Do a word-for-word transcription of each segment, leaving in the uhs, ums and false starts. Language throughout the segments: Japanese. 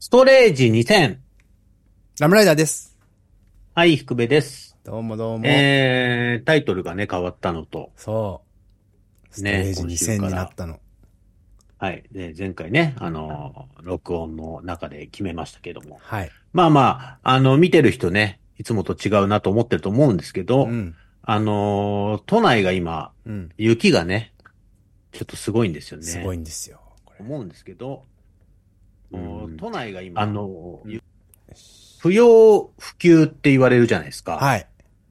ストレージにせん。 ラムライダーです。 はい、福部です。 どうもどうも。 えー、タイトルがね、変わったのと。 そう。ストレね、 ージ今にせん週から。 になったの。 はい。で、前回ね、あの、録音の中で決めましたけども。 はい。 まあまあ、あの、見てる人ね、いつもと違うなと思ってると思うんですけど、 うん。 あの、都内が今、 うん。 雪がね、ちょっとすごいんですよすごいね。 んですよ。これ。 思うんですけど、 うん。 都内が今、あの、 うん、 不要不急って言われるじゃないですか。 はい。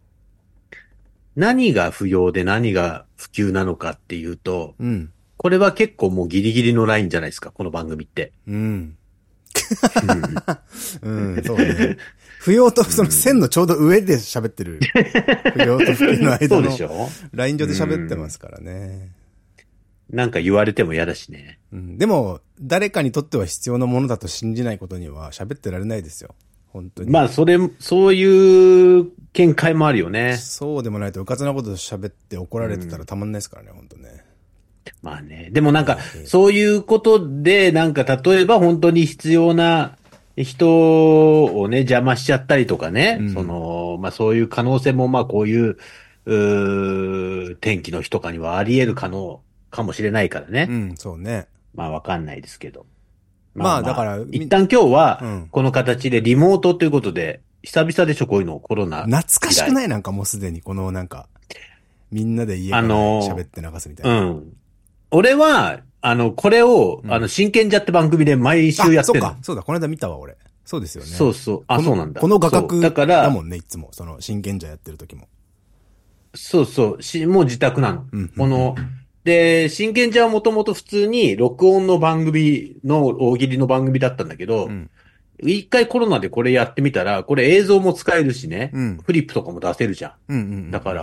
何が不要で何が不急なのかっていうと、 うん。 これは結構もうギリギリのラインじゃないですか、この番組って。 うん。 うん。 うん、そうね。不要とその線のちょうど上で喋ってる。不要と不要のそうで間のしょ？ ライン上で喋ってうん。 ますからね。 なんか言われても嫌だしね。 うん。でも、誰かにとっては必要なものだと信じないことには喋ってられないですよ。本当に。 まあ、それ、そういう見解もあるよね。 そうでもないと、うかつなこと喋って怒られてたらうん。 たまんないですからね、本当ね。 まあね。でもなんか、 ええ、 そういうことで、なんか例えば本当に必要な人をね、邪魔しちゃったりとかね。そうん。 の、まあそういう可能性もまあこういう、うー天気の日とかにはあり得る可能、かもしれないからね。 うん、そうね。 まあわかんないですけど。まあまあ、 まあ、 だから、み、 一旦今日はうん。 この形でリモートということで、久々でしょ、こういうの、コロナ懐か以来。 しくない？なんかもうすでに、このなんか、みんなで家あから喋っの、 て流すみたいな。 うん。俺は、あの、これを、あの、 うん。 真剣じゃって番組で毎週あ、 やってんの。 そっか。そうだ、この間見たわ、俺。そうですよね。 そうそう。あ、 この、 そうなんだ。 この画そう。だ角から、 だもんね、いつも。その、真剣者やってる時も。 そうそう。し、もう自宅なの。 うん、うん、うん、 この、で、真剣じゃはもともと普通に録音の番組の大喜利の番組だったんだけど、 うん。 一回コロナでこれやってみたら、これ映像も使えるしね、 うん。 フリップとかも出せるじゃん。 うん、うん、うん。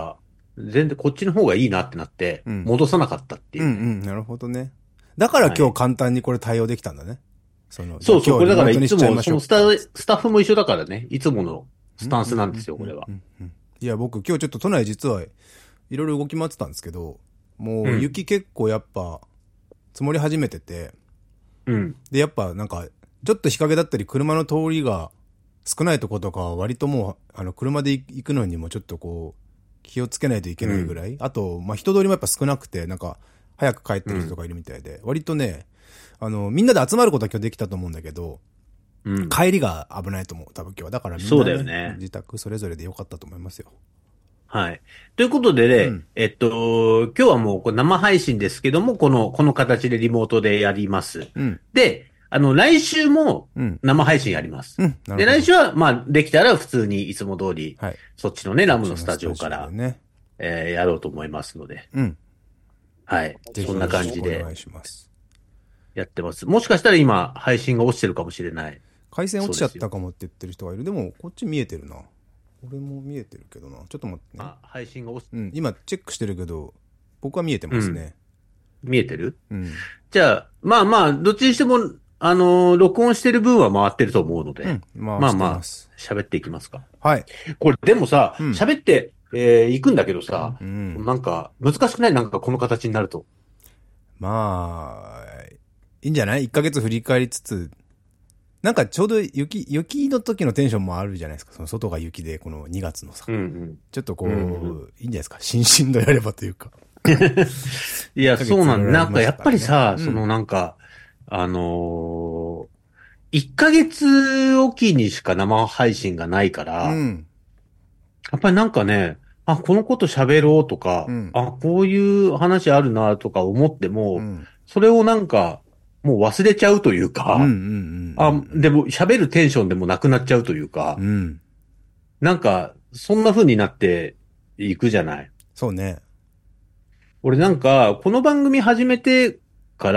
だから、全然こっちの方がいいなってなって、 うん。 戻さなかったってうん、ういうね。 ん。なるほどね。だから今日はい。 簡単にこれ対応できたんだね。その、じゃあそうそう、これだから今日リモートいつも、 にしちゃいましょうそのスタ、 か、つって。 スタッフも一緒だからね、いつものうん、 スタンうん、うん、 スなんですよ、 うん、 これは。 うん。うん、いや、僕今日ちょっと都内実はいろいろ動き回ってたんですけど、もううん。 雪結構やっぱ積もり始めてて、 うん。 で、やっぱなんか、ちょっと日陰だったり車の通りが少ないとことかは割ともう、あの、車で行くのにもちょっとこう、気をつけないといけうん。 ないぐらい。あと、まあ、人通りもやっぱ少なくて、なんか、早く帰ってうん。 る人とかいるみたいで、割とね、あの、みんなで集まることは今日できたと思うんだけど、 うん。 帰りが危ないと思う、多分今日は。だからみんそうなね、 だよね。 自宅それぞれでよかったと思いますよ。 はい。ということでね、 うん。 えっと、今日はもうこれ生配信ですけども、この、この形でリモートでやります。 うん。 で、あの、来週もうん。 生配信やります。 うん。なるで、 ほど。 来週は、まあ、できたら普通にいつも通り、 はい。 そっちのね、 こっちラムのスタジのスタジオから、 オでね。 えーやろうと思いますので、 うん。 はい。 ぜひそんなよろしくお感じで願いします。 やってます。もしかしたら今、配信が落ちてるかもしれない。 回線落ちちゃっそうですよ。 たかもって言ってる人がいる。でも、こっち見えてるな。俺も見えてるけどな。ちょっと待ってね。 あ、配信が落ち、 うん、今チェックしてるけど、僕は見えてうん。 ますね。 見えてる？ うん。 じゃあ、まあまあ、どっちにしても、あのー録音してる分は回ってると思うので、 うん、回しまあまあ、 てます。 喋っていきますか。 はい。 これ、でもさ、 うん。 喋って、えー、行くんだけどさ、 うん。 なんか、難しくない？なんかこの形になると。 まあ、いいんじゃない？ いっ ヶ月振り返りつつ、なんかちょうど雪、雪の時のテンションもあるじゃないですか。その外が雪で、このにがつのさ。 うんうん。 ちょっとこう、 うんうん。 いいんじゃないですか。新進度やればというか。1 いや、 ヶ月そうなんだ。 いろいろありまなんかやっしたからね。 ぱりさ、そのうん。 なんか、あのー、いっかげつおきにしか生配信がないから、 うん。 やっぱりなんかね、あ、このこと喋ろうとか、 うん。 あ、こういう話あるなとか思っても、 うん。 それをなんか、もう忘れちゃうといううん。うん。うか、あ、 ん。 でも喋るテンションでもなくなっちゃうというか、 うん。うん。 なんか、そんな風になっていくじゃない。 そうね。 俺なんか、この番組始めてから、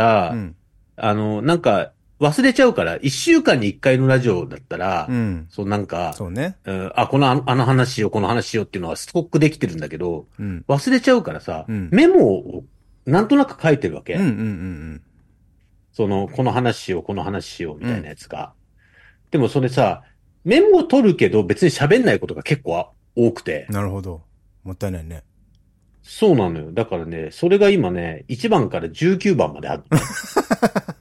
うん。 あの、なんか、忘れちゃうから、一週間に一回のラジオだったら、 うん。 そうなんか、 そうね。 うん、あ、このあのあの話しよう、この話しようっていうのはストックできてるんだけど、 うん。 忘れちゃうからさ、 うん。 メモをなんとなく書いてるわうん。うけ。 ん。うん。 その、この話しよう、この話しようみたいうん。 なやつが。でもそれさ、メモを取るけど別に喋んないことが結構多くて。 なるほど。もったいないね。 そうなのよ。だからね、それが今ね、いちばんからじゅうきゅうばんまであるのね。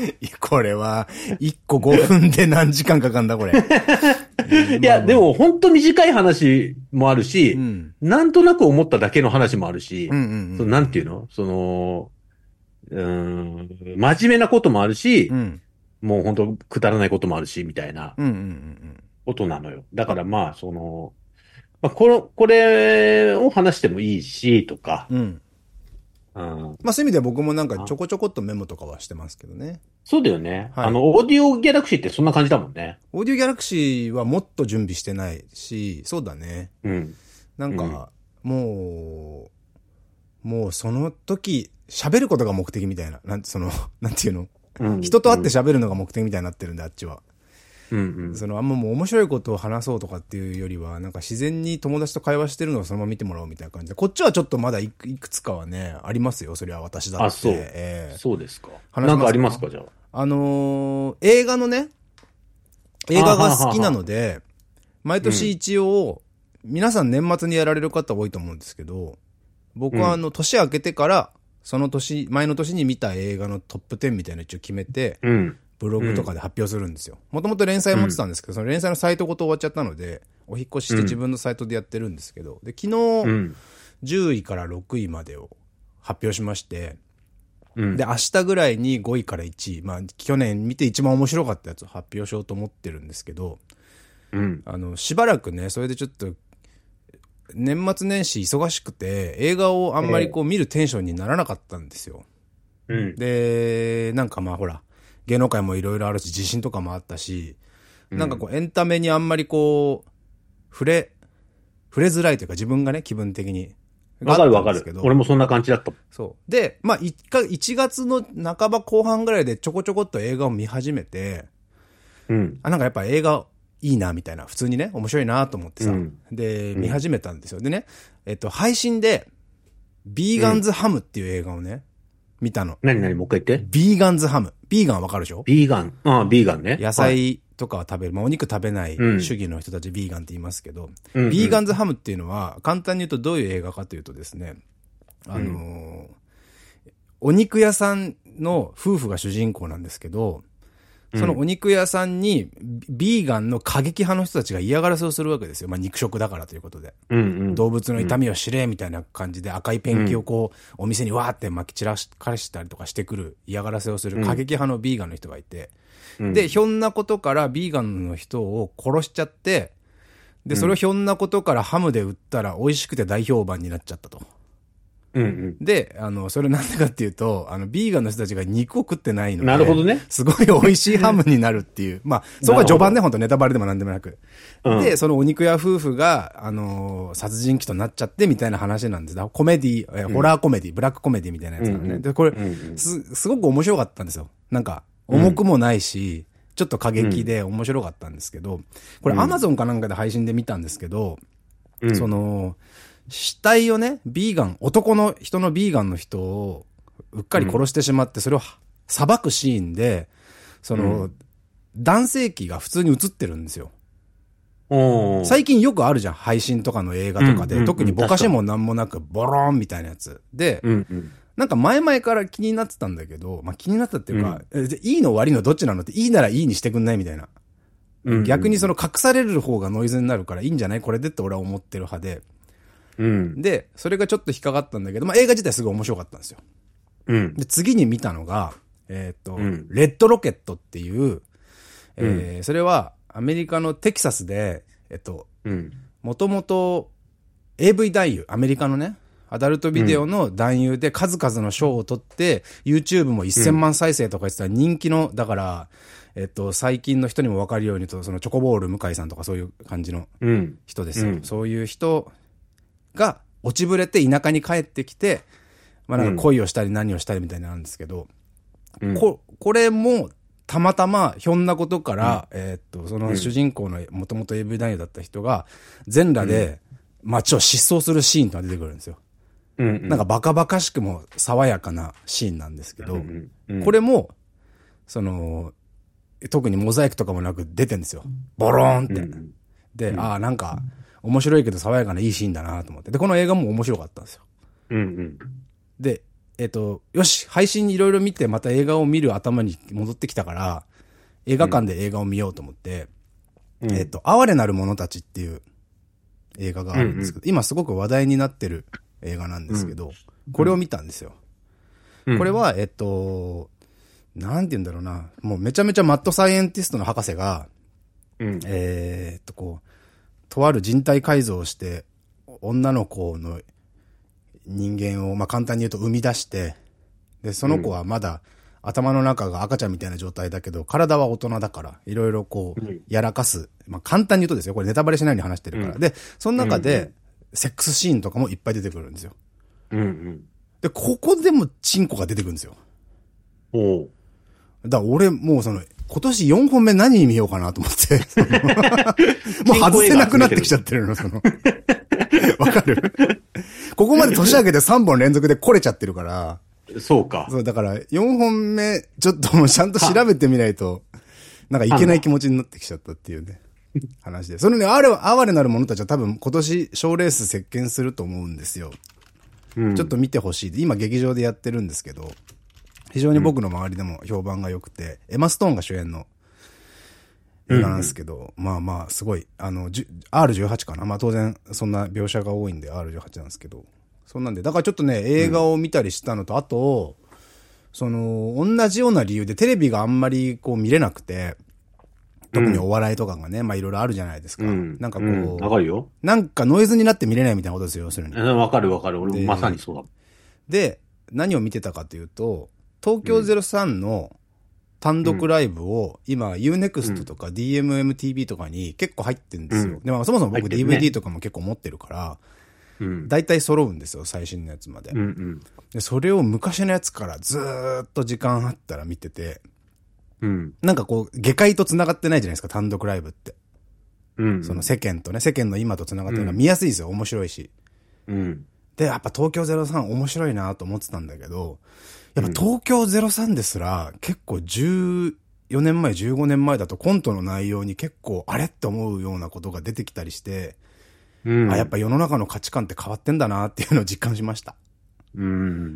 いやこれは、いっこごふんで何時間かかんだ、これ。 いや、でも本当短い話もあるし、 うん、 なんとなく思っただけの話もあるし、 うんうんうん、 そのなんていうのその、うーん、真面目なこともあるし、 うん、 もう本当くだらないこともあるし、みたいなうんうんうんことなのよ。だからまあ、その、まあ、この、これを話してもいいし、とか、 うん。うん。 うん、 まあそういう意味では僕もなんかちょこちょこっとメモとかはしてますけどね。 そうだよね。 はい。 あの、オーディオギャラクシーってそんな感じだもんね。 オーディオギャラクシーはもっと準備してないし、そうだね。 うん。 なんか、うん、もう、もうその時、喋ることが目的みたいな。なんて、その、なんていうの、うん、人と会って喋るのが目的みたいになってるんで、あっちは。うんうん、その、あんまもう面白いことを話そうとかっていうよりは、なんか自然に友達と会話してるのをそのまま見てもらおうみたいな感じで、こっちはちょっとまだいく、いくつかはね、ありますよ、それは私だって。 あ、そう。 えー、 そうですか。 話なんかありますか、じゃあ。 あのー、映画のね、映画が好きなので、毎年一応、皆さん年末にやられる方多いと思うんですけど、僕はあの、年明けてから、その年、前の年に見た映画のトップじゅうみたいなの一応決めて、うん、ブログとかで発表するんですよ。もともと連載持ってたんですけど、その連載のサイトごと終わっちゃったので、お引越しして自分のサイトでやってるんですけど、で、昨日、うん、じゅういからろくいまでを発表しまして、うん、で、明日ぐらいにごいからいちい、まあ、去年見て一番面白かったやつを発表しようと思ってるんですけど、うん、あの、しばらくね、それでちょっと、年末年始忙しくて、映画をあんまりこう見るテンションにならなかったんですよ。うん、で、なんかまあほら、芸能界もいろいろあるし、地震とかもあったし、うん、なんかこうエンタメにあんまりこう、触れ、触れづらいというか自分がね、気分的に。 わかるわかる。俺もそんな感じだった。 そう。で、まあいちがつの半ば後半ぐらいでちょこちょこっと映画を見始めて、うん。あ、なんかやっぱ映画、いいな、みたいな。普通にね、面白いなと思ってさ。うん、で、見始めたんですよ。でね、えっと、配信で、ビーガンズハムっていう映画をね、見たの。 何何もう一回言って。 ビーガンズハム。ビーガンわかるでしょ？ ビーガン。ああ、ビーガンね。 野菜とかは食べる。まあ、お肉食べない主義の人たちビーガンって言いますけど、うん、ビーガンズハムっていうのは、簡単に言うとどういう映画かというとですね、あのー、うん、お肉屋さんの夫婦が主人公なんですけど、そのお肉屋さんに、ビーガンの過激派の人たちが嫌がらせをするわけですよ。まあ肉食だからということで。うんうん、動物の痛みを知れみたいな感じで赤いペンキをこう、お店にわーって撒き散らかしたりとかしてくる嫌がらせをする過激派のビーガンの人がいて。うん、で、ひょんなことからビーガンの人を殺しちゃって、で、それをひょんなことからハムで売ったら美味しくて大評判になっちゃったと。うんうん、で、あの、それなんでかっていうと、あの、ビーガンの人たちが肉を食ってないので、 なるほどね。 すごい美味しいハムになるっていう。まあ、そこは序盤で本当ネタバレでもなんでもなく。うん、で、そのお肉屋夫婦が、あのー、殺人鬼となっちゃってみたいな話なんです。コメディ、えホラーコメディ、うん、ブラックコメディみたいなやつなのね。うん、で、これ、うんうん、す、すごく面白かったんですよ。なんか、重くもないし、うん、ちょっと過激で面白かったんですけど、これ Amazon かなんかで配信で見たんですけど、うん、その、死体をね、ビーガン、男の人のビーガンの人をうっかり殺してしまって、それを裁くシーンで、その、うん、男性器が普通に映ってるんですよ。最近よくあるじゃん、配信とかの映画とかで。うんうんうん、特にぼかしもなんもなく、ボローンみたいなやつ。で、うんうん、なんか前々から気になってたんだけど、まあ気になったっていうか、うん、いいの悪いのどっちなのって、いいならいいにしてくんないみたいな。うんうん、逆にその隠される方がノイズになるからいいんじゃないこれでって俺は思ってる派で。うん、で、それがちょっと引っかかったんだけど、まあ、映画自体すごい面白かったんですよ。うん、で、次に見たのが、えっと、うん、レッドロケットっていう、えーうん、それはアメリカのテキサスで、えっと、もともと エーブイ 男優、アメリカのね、アダルトビデオの男優で数々の賞を取って、YouTube もせんまん再生とか言ってた人気の、だから、えっと、最近の人にも分かるようにと、そのチョコボール向井さんとかそういう感じの人ですよ。うん、そういう人、が落ちぶれて田舎に帰ってきて、まあなんか恋をしたり何をしたりみたいなのなんですけど、うん、こ、これもたまたまひょんなことから、うん、えー、っと、その主人公のもともと エーブイ 男優だった人が全裸で街を疾走するシーンが出てくるんですよ。うんうん、なんかバカバカしくも爽やかなシーンなんですけど、うんうん、これも、その、特にモザイクとかもなく出てんですよ。ボローンって。うん、で、うん、ああ、なんか、面白いけど爽やかないいシーンだなと思って。で、この映画も面白かったんですよ。うんうん。で、 えっと、よし、配信いろいろ見てまた映画を見る頭に戻ってきたから、映画館で映画を見ようと思って、うん、えっと、哀れなる者たちっていう映画があるんですけど、うんうん、今すごく話題になってる映画なんですけど、うん、これを見たんですよ。うん、これは、えっと、なんて言うんだろうな、もうめちゃめちゃマッドサイエンティストの博士が、うん、えっと、こう、とある人体改造をして、女の子の人間を、まあ、簡単に言うと生み出して、で、その子はまだ頭の中が赤ちゃんみたいな状態だけど、体は大人だから、いろいろこう、やらかす。まあ、簡単に言うとですよ、これネタバレしないように話してるから。うん、で、その中で、セックスシーンとかもいっぱい出てくるんですよ。うんうん、で、ここでもチンコが出てくるんですよ。おう。だから俺、もうその、今年よんほんめ何見ようかなと思って。もう外せなくなってきちゃってるの、その。わかる？ここまで年明けてさんぼん連続で来れちゃってるから。 そうか。 そう、だからよんほんめ、ちょっともうちゃんと調べてみないと、なんかいけない気持ちになってきちゃったっていうね、話で。そのね、あれ、哀れなる者たちは多分今年賞レース席巻すると思うんですよ。うん、ちょっと見てほしい。今劇場でやってるんですけど、非常に僕の周りでも評判が良くて、エマ・ストーンが主演の映画なんですけど、うんうん、まあまあ、すごい、あの、アールじゅうはち かな。まあ当然、そんな描写が多いんで アールじゅうはち なんですけど、そんなんで、だからちょっとね、映画を見たりしたのと、うん、あと、その、同じような理由でテレビがあんまりこう見れなくて、特にお笑いとかがね、まあいろいろあるじゃないですか。うん、なんかこう、うん、 わかるよ。 なんかノイズになって見れないみたいなことですよ、要するに。 わかるわかる。俺もまさにそうだ。 で、何を見てたかというと、東京ゼロさんの単独ライブを今 ユーネクスト とか ディーエムエムティービー とかに結構入ってるんですよ。うん、でもそもそも僕 ディーブイディー とかも結構持ってるから、うん、大体揃うんですよ、最新のやつまで。うんうん、でそれを昔のやつからずーっと時間あったら見てて、うん、なんかこう、下界と繋がってないじゃないですか、単独ライブって。うんうん、その世間とね、世間の今と繋がってるのは見やすいですよ、面白いし。うん、で、やっぱ東京ゼロさん面白いなと思ってたんだけど、やっぱ東京ゼロさんですら結構じゅうよねんまえ、じゅうごねんまえだとコントの内容に結構あれって思うようなことが出てきたりして、うん、あ、やっぱ世の中の価値観って変わってんだなっていうのを実感しました。うん、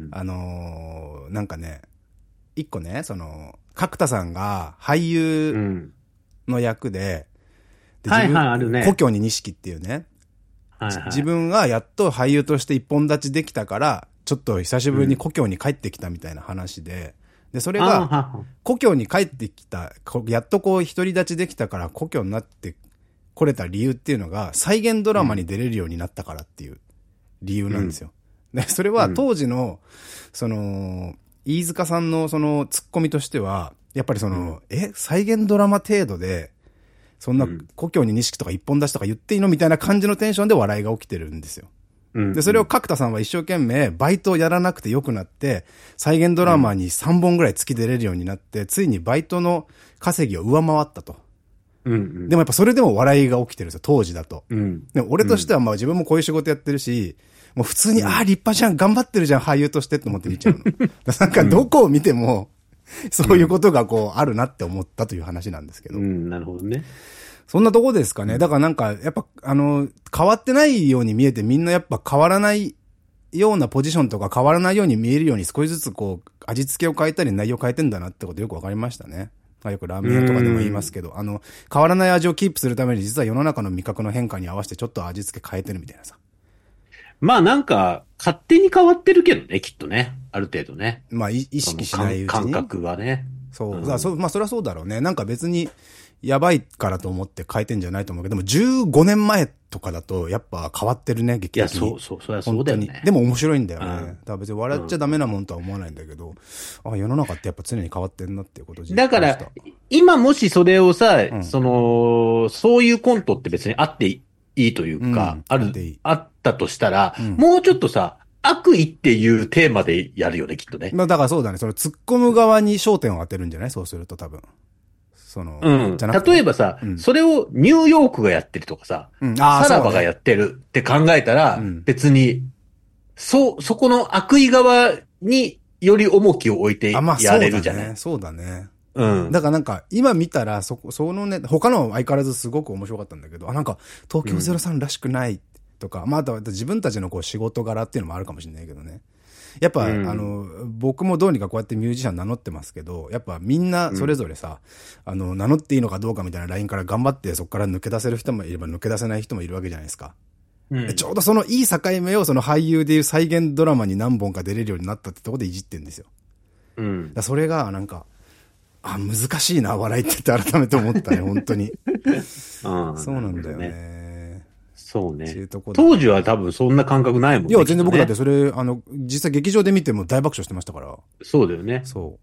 あのー、なんかね、一個ね、その、角田さんが俳優の役で、 うん、はいはい、あるね。 故郷に錦っていうね、はいはい、自分がやっと俳優として一本立ちできたから、ちょっと久しぶりに故郷に帰ってきたみたいな話で、で、それが、故郷に帰ってきた、やっとこう独り立ちできたから故郷になってこれた理由っていうのが、再現ドラマに出れるようになったからっていう理由なんですよ。うん、で、それは当時の、その、飯塚さんのそのツッコミとしては、やっぱりその、うん、え、再現ドラマ程度で、そんな故郷に錦とか一本出しとか言っていいのみたいな感じのテンションで笑いが起きてるんですよ。で、それを角田さんは一生懸命バイトをやらなくてよくなって、再現ドラマにさんぼんぐらい月出れるようになって、ついにバイトの稼ぎを上回ったと。うんうん、でもやっぱそれでも笑いが起きてるんですよ、当時だと。うん、でも俺としてはまあ自分もこういう仕事やってるし、もう普通に、うん、ああ、立派じゃん、頑張ってるじゃん、俳優としてって思って見ちゃうの。なんかどこを見ても、そういうことがこうあるなって思ったという話なんですけど。 うん、なるほどね。 そんなとこですかね。だからなんか、やっぱ、あの、変わってないように見えてみんなやっぱ変わらないようなポジションとか変わらないように見えるように少しずつこう、味付けを変えたり内容を変えてんだなってことよくわかりましたね。よくラーメン屋とかでも言いますけど、あの、変わらない味をキープするために実は世の中の味覚の変化に合わせてちょっと味付け変えてるみたいなさ。 まあなんか、勝手に変わってるけどね、きっとね。ある程度ね。 まあ意識しないうちに。 感覚はね。 そう。うん、だそうまあそれはそうだろうね。なんか別に、やばいからと思って変えてんじゃないと思うけど、でもじゅうごねんまえとかだとやっぱ変わってるね、劇的に。 いや、そうそう、それはそうだよね。 でも面白いんだよね。うん、だから別に笑っちゃダメなもんとは思わないんだけど、うん、あ、世の中ってやっぱ常に変わってんなっていうことだから、今もしそれをさ、うん、その、そういうコントって別にあっていいというか、うん、ある、あったとしたら、うん、もうちょっとさ、悪意っていうテーマでやるよね、きっとね。 まあだからそうだね。その突っ込む側に焦点を当てるんじゃない？そうすると多分。その、 うん。例えばさ、うん、それをニューヨークがやってるとかさ、うん、さらばがやってるって考えたら、うん、別に、そ、そこの悪意側により重きを置いてやれるじゃない、まあ、 そうだね。そうだね。うん。だからなんか、今見たら、そこ、そのね、他の相変わらずすごく面白かったんだけど、あ、なんか、東京ゼロさんらしくないとか、うん、まあ、あと自分たちのこう仕事柄っていうのもあるかもしれないけどね。 やっぱ、うん、あの、僕もどうにかこうやってミュージシャン名乗ってますけど、やっぱみんなそれぞれさ、うん、あの、名乗っていいのかどうかみたいなラインから頑張ってそこから抜け出せる人もいれば抜け出せない人もいるわけじゃないですか。うん、ちょうどそのいい境目をその俳優でいう再現ドラマに何本か出れるようになったってところでいじってんですよ。うん。だそれがなんか、あ、難しいな、笑いってって改めて思ったね、本当に。あそうなんだよね。 そうね。当時は多分そんな感覚ないもんね。 いや、全然僕だってそれ、あの、実際劇場で見ても大爆笑してましたから。 そうだよね。 そう。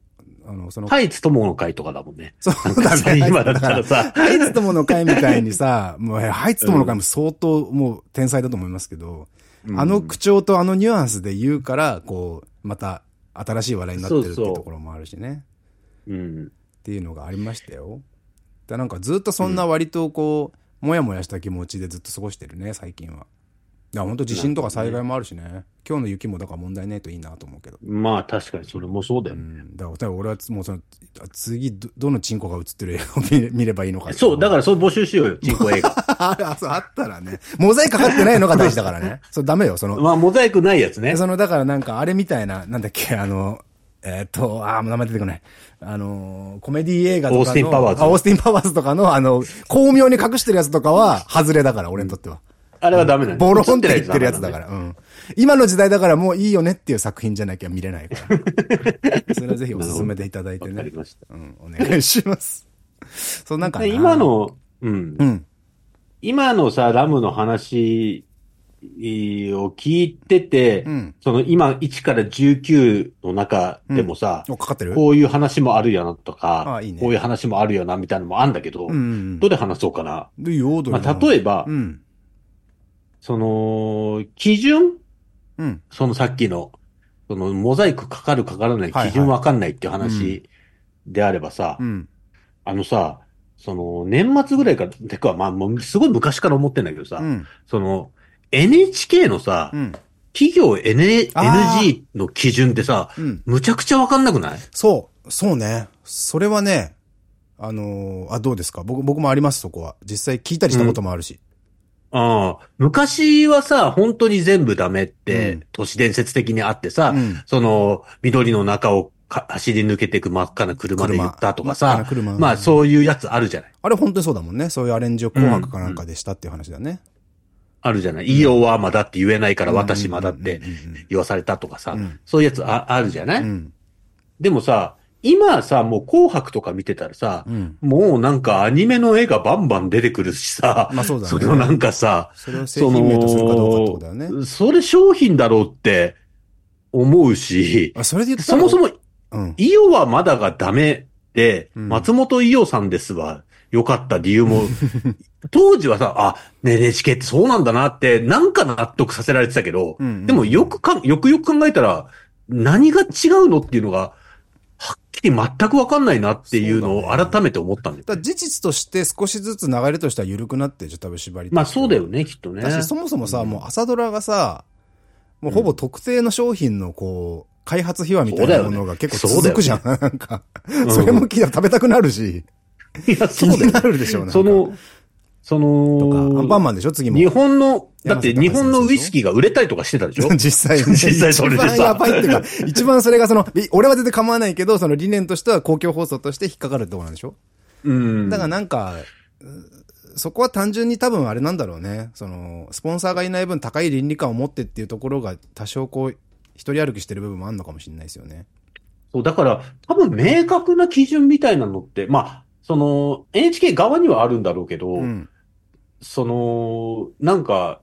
あの、その。 ハイツ友の会とかだもんね。 そうだね。 今だったらさ。 ハイツ友の会みたいにさ、もう、ハイツ友の会も相当もう天才だと思いますけど、うん、あの口調とあのニュアンスで言うから、こう、また新しい笑いになってるっていうところもあるしね。そうそううん。っていうのがありましたよ。だなんかずっとそんな割とこう、うん、もやもやした気持ちでずっと過ごしてるね、最近は。いや、ほんと地震とか災害もあるしね。ね今日の雪もだから問題ないといいなと思うけど。 まあ確かにそれもそうだよね。うん。 だから俺はもうその、次ど、どのチンコが映ってる映画を見ればいいのか。 そう、だからそれ募集しようよ、チンコ映画。 あ、そう、あったらね。モザイクかかってないのが大事だからね。そう、ダメよ、その。 まあ、モザイクないやつね。 その、だからなんかあれみたいな、なんだっけ、あの、えっと、ああ、名前出てこない。あの、コメディ映画とかの。 オースティン・パワーズ。 オースティン・パワーズとかの、あの、巧妙に隠してるやつとかは、外れだから、俺にとっては。 あれはダメなんだ。ボロンって言ってるやつだから。うん。今の時代だからもういいよねっていう作品じゃなきゃ見れないから。それはぜひお勧めていただいてね。わかりました。うん、お願いします。そう、なんか。 今の、うん。うん。今のさ、ラムの話、を聞いてて、うん、その今いちからじゅうきゅうの中でもさ、 うん、かかってる？ こういう話もあるよなとか、あいいね、こういう話もあるよなみたいなのもあるんだけど、うんうん、どれ話そうかな。 いいよ、どれまあ、例えば、うん、その、基準、うん、そのさっきの、そのモザイクかかるかからない基準わかんないっていう話であればさ、はいはい、あのさ、その年末ぐらいから、てかまあもうすごい昔から思ってんだけどさ、うん、その、エヌエイチケー のさ、うん、企業 N、エヌジー の基準ってさ、うん、むちゃくちゃわかんなくない？ そう、そうね。それはね、あのー、あ、どうですか？僕、僕もあります、そこは。実際聞いたりしたこともあるし。 うん、ああ、昔はさ、本当に全部ダメって、うん、都市伝説的にあってさ、うん、その、緑の中を走り抜けていく真っ赤な車で言ったとかさ、まあそういうやつあるじゃない。 あれ本当にそうだもんね。そういうアレンジを紅白かなんかでしたっていう話だね。うんうんあるじゃない。イオはまだって言えないから私まだって言わされたとかさ、そういうやつ あ, あるじゃない、うん、でもさ、今さ、もう紅白とか見てたらさ、うん、もうなんかアニメの絵がバンバン出てくるしさ、まあそうだね。それをなんかさ、 それを製品名とするかどうかってことだよね。 それ商品だろうって思うし、 あそれで言ったらそもそも、うん、イオはまだがダメで、うん、松本伊代さんですわ。良かった理由も、当時はさ、あ、ね、エヌエイチケー ってそうなんだなって、なんか納得させられてたけど、うんうん、でもよくか、よくよく考えたら、何が違うのっていうのが、はっきり全くわかんないなっていうのを改めて思ったんだよ、ね。 だから事実として少しずつ流れとしては緩くなってじゃ多分縛り。 まあそうだよね、きっとね。 だし、そもそもさ、うん、もう朝ドラがさ、もうほぼ特定の商品のこう、開発秘話みたいなものが結構続くじゃん。ね、なんか、それも聞いたら食べたくなるし。 いや、そうだよ。 気になるでしょうね。 その、その、 とか、アンパンマンでしょ次も。 日本の、だって日本のウイスキーが売れたりとかしてたでしょ実際ね。 実際それでさ。 一番やばいっていうか、一番それがその、俺は全然構わないけど、その理念としては公共放送として引っかかるってことなんでしょうん。だからなんか、そこは単純に多分あれなんだろうね。その、スポンサーがいない分高い倫理観を持ってっていうところが多少こう、一人歩きしてる部分もあるのかもしれないですよね。 そう、だから多分明確な基準みたいなのって、まあ、その、エヌエイチケー 側にはあるんだろうけど、うん、その、なんか、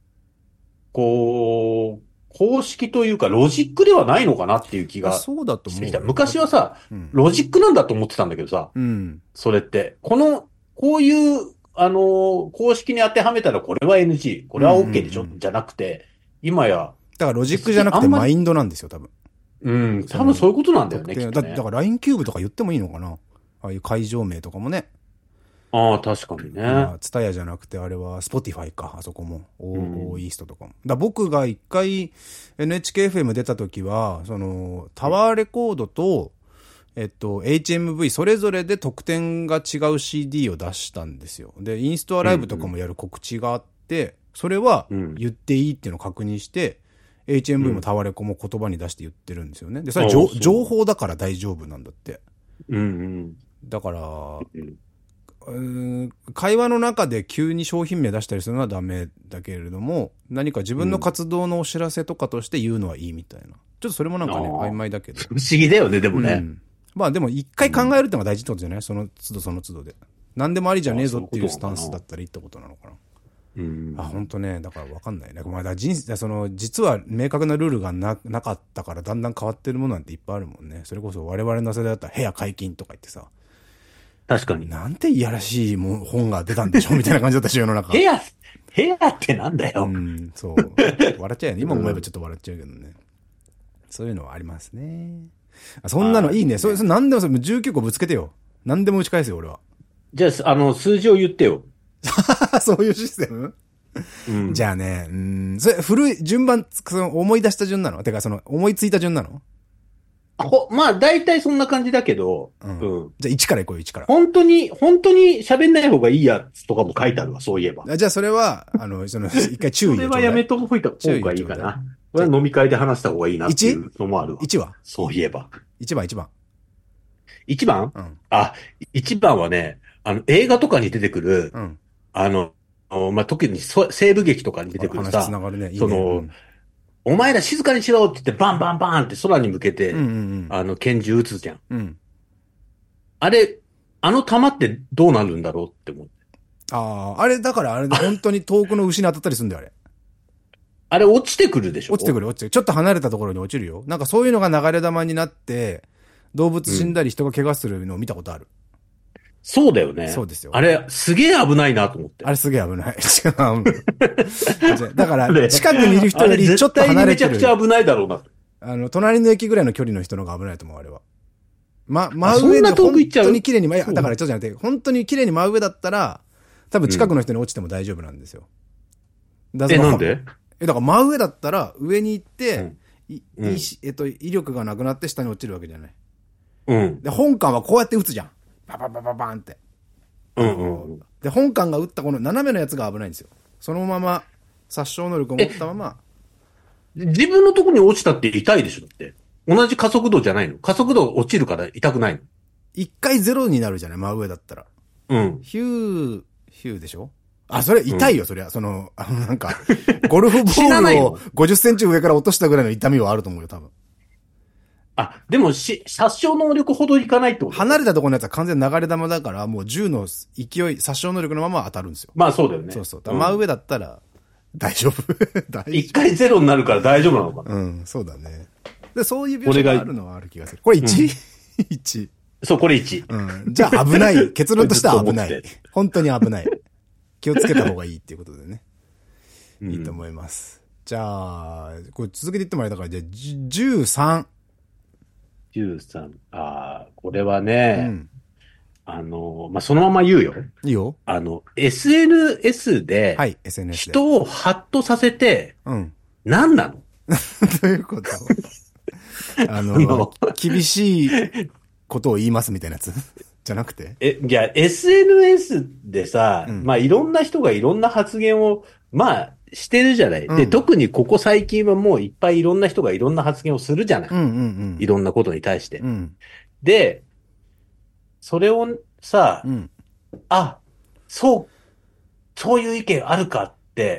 こう、公式というかロジックではないのかなっていう気がしてきた。 そうだと思う。 昔はさ、うん、ロジックなんだと思ってたんだけどさ、うん、それって。この、こういう、あの、公式に当てはめたらこれは エヌジー、これは OK でしょ、うんうんうん、じゃなくて、今や。 だからロジックじゃなくてマインドなんですよ、多分。 うん、多分そういうことなんだよね。 だ, だから ライン キューブとか言ってもいいのかなああいう会場名とかもね。 ああ、確かにね。 ツタヤじゃなくて、あれはスポティファイか、あそこも。オーイーストとかも。だ僕が一回 エヌエイチケーエフエム 出た時は、その、タワーレコードと、えっと、エイチエムブイ それぞれで特典が違う シーディー を出したんですよ。で、インストアライブとかもやる告知があって、それは言っていいっていうのを確認して、 エイチエムブイ もタワレコも言葉に出して言ってるんですよね。で、それは情報だから大丈夫なんだって。 うんうん。 だから、うん、会話の中で急に商品名出したりするのはダメだけれども、何か自分の活動のお知らせとかとして言うのはいいみたいな。ちょっとそれもなんかね、曖昧だけど。 不思議だよね、でもね。うん、 まあでも一回考えるってのが大事ってことじゃない？その都度その都度で。何でもありじゃねえぞっていうスタンスだったらいいってことなのかな。うん、あ、本当ね、だから分かんないね。まあ、だ人生、その、実は明確なルールがな、なかったからだんだん変わってるものなんていっぱいあるもんね。それこそ我々の世代だったら部屋解禁とか言ってさ。 確かに。 なんていやらしいもん本が出たんでしょみたいな感じだったし、世の中。 部屋、部屋ってなんだよ。 うん、そう。笑っちゃうよね。今思えばちょっと笑っちゃうけどね。そういうのはありますね。そんなのいいね。それ、それ何でもそれじゅうきゅうこぶつけてよ。何でも打ち返すよ、俺は。 じゃあ、あの、数字を言ってよ。 そういうシステム、うん、じゃあね、うん、それ古い順番、その思い出した順なの？てかその思いついた順なの？ ほ、まあ大体そんな感じだけど、 うん。うん、じゃあいちからいこうよ、いちから。 本当に、本当に喋んない方がいいやつとかも書いてあるわ、そういえば。 じゃあそれは、あの、その、一回注意を。 それはやめとこいた方がいいかな。これは飲み会で話した方がいいなっていうのもあるわ。 いち? はそういえば。 いちばん、いちばん。 いちばん？ うん。 あ、いちばんはね、あの、映画とかに出てくる、 うん、あの、まあ、特に西部劇とかに出てくるさ、 話つながるね、いいね、 その、うん、お前ら静かにしろって言ってバンバンバンって空に向けて、 うんうんうん、 あの、拳銃撃つじゃん。 うん。 あれ、あの弾ってどうなるんだろうって思って。 ああ、あれ、だからあれ、本当に遠くの牛に当たったりするんだよ、あれ。 あれ落ちてくるでしょ？ 落ちてくる、落ちてくる。ちょっと離れたところに落ちるよ。なんかそういうのが流れ弾になって、動物死んだり人が怪我するのを見たことある。 そうだよね。 そうですよ。 あれ、すげえ危ないなと思って。 あれすげえ危ない。違う。だから、近くにいる人よりちょっと離れてる。 めちゃくちゃ危ないだろうな。 あの、隣の駅ぐらいの距離の人の方が危ないと思う、あれは。ま、真上で本当に綺麗に、いや、だからちょっとじゃなくて、本当に綺麗に真上だったら、多分近くの人に落ちても大丈夫なんですよ。 うん、え、なんで？ え、だから真上だったら、上に行って、うんいうん、えっと、威力がなくなって下に落ちるわけじゃない。 うん。 で、本艦はこうやって撃つじゃん。バババババーンって。 うんうんうん、 で、本艦が撃ったこの斜めのやつが危ないんですよ。そのまま、殺傷能力を持ったまま。 自分のところに落ちたって痛いでしょだって。同じ加速度じゃないの？加速度落ちるから痛くないの？ 一回ゼロになるじゃない真上だったら。 うん。 ヒュー、ヒューでしょ？あ、それ痛いよ、うん、そりゃ。その、あの、なんか、ゴルフボールをごじゅっセンチ上から落としたぐらいの痛みはあると思うよ、多分。 あ、でもし、殺傷能力ほどいかないってこと？ 離れたところのやつは完全に流れ弾だから、もう銃の勢い、殺傷能力のまま当たるんですよ。 まあそうだよね。 そうそう。真上だったら、大丈夫。大丈夫。 一回ゼロになるから大丈夫なのかな？ うん、そうだね。で、そういう描写があるのはある気がする。これ いち?いち、 うん。そう、これいち。 うん。じゃあ危ない。結論としては危ない。本当に危ない。気をつけた方がいいっていうことでね。うん、いいと思います。じゃあ、これ続けていってもらえたから、じゃあ、じゅうさん。 じゅうさん。ああ、これはね、うん、あの、まあ、そのまま言うよ。 いいよ。 あの、エスエヌエス で、 はい、エスエヌエス で。 人をハッとさせて、 うん。 何なの？ どういうこと？あの、厳しいことを言いますみたいなやつじゃなくて？ え、いや、エスエヌエス でさ、うん、まあ、いろんな人がいろんな発言を、まあ、してるじゃない、うん。で、特にここ最近はもういっぱいいろんな人がいろんな発言をするじゃない、 うんうんうん、 いろんなことに対して。 うん、 で、それをさ、 うん、 あ、そう、そういう意見あるかって、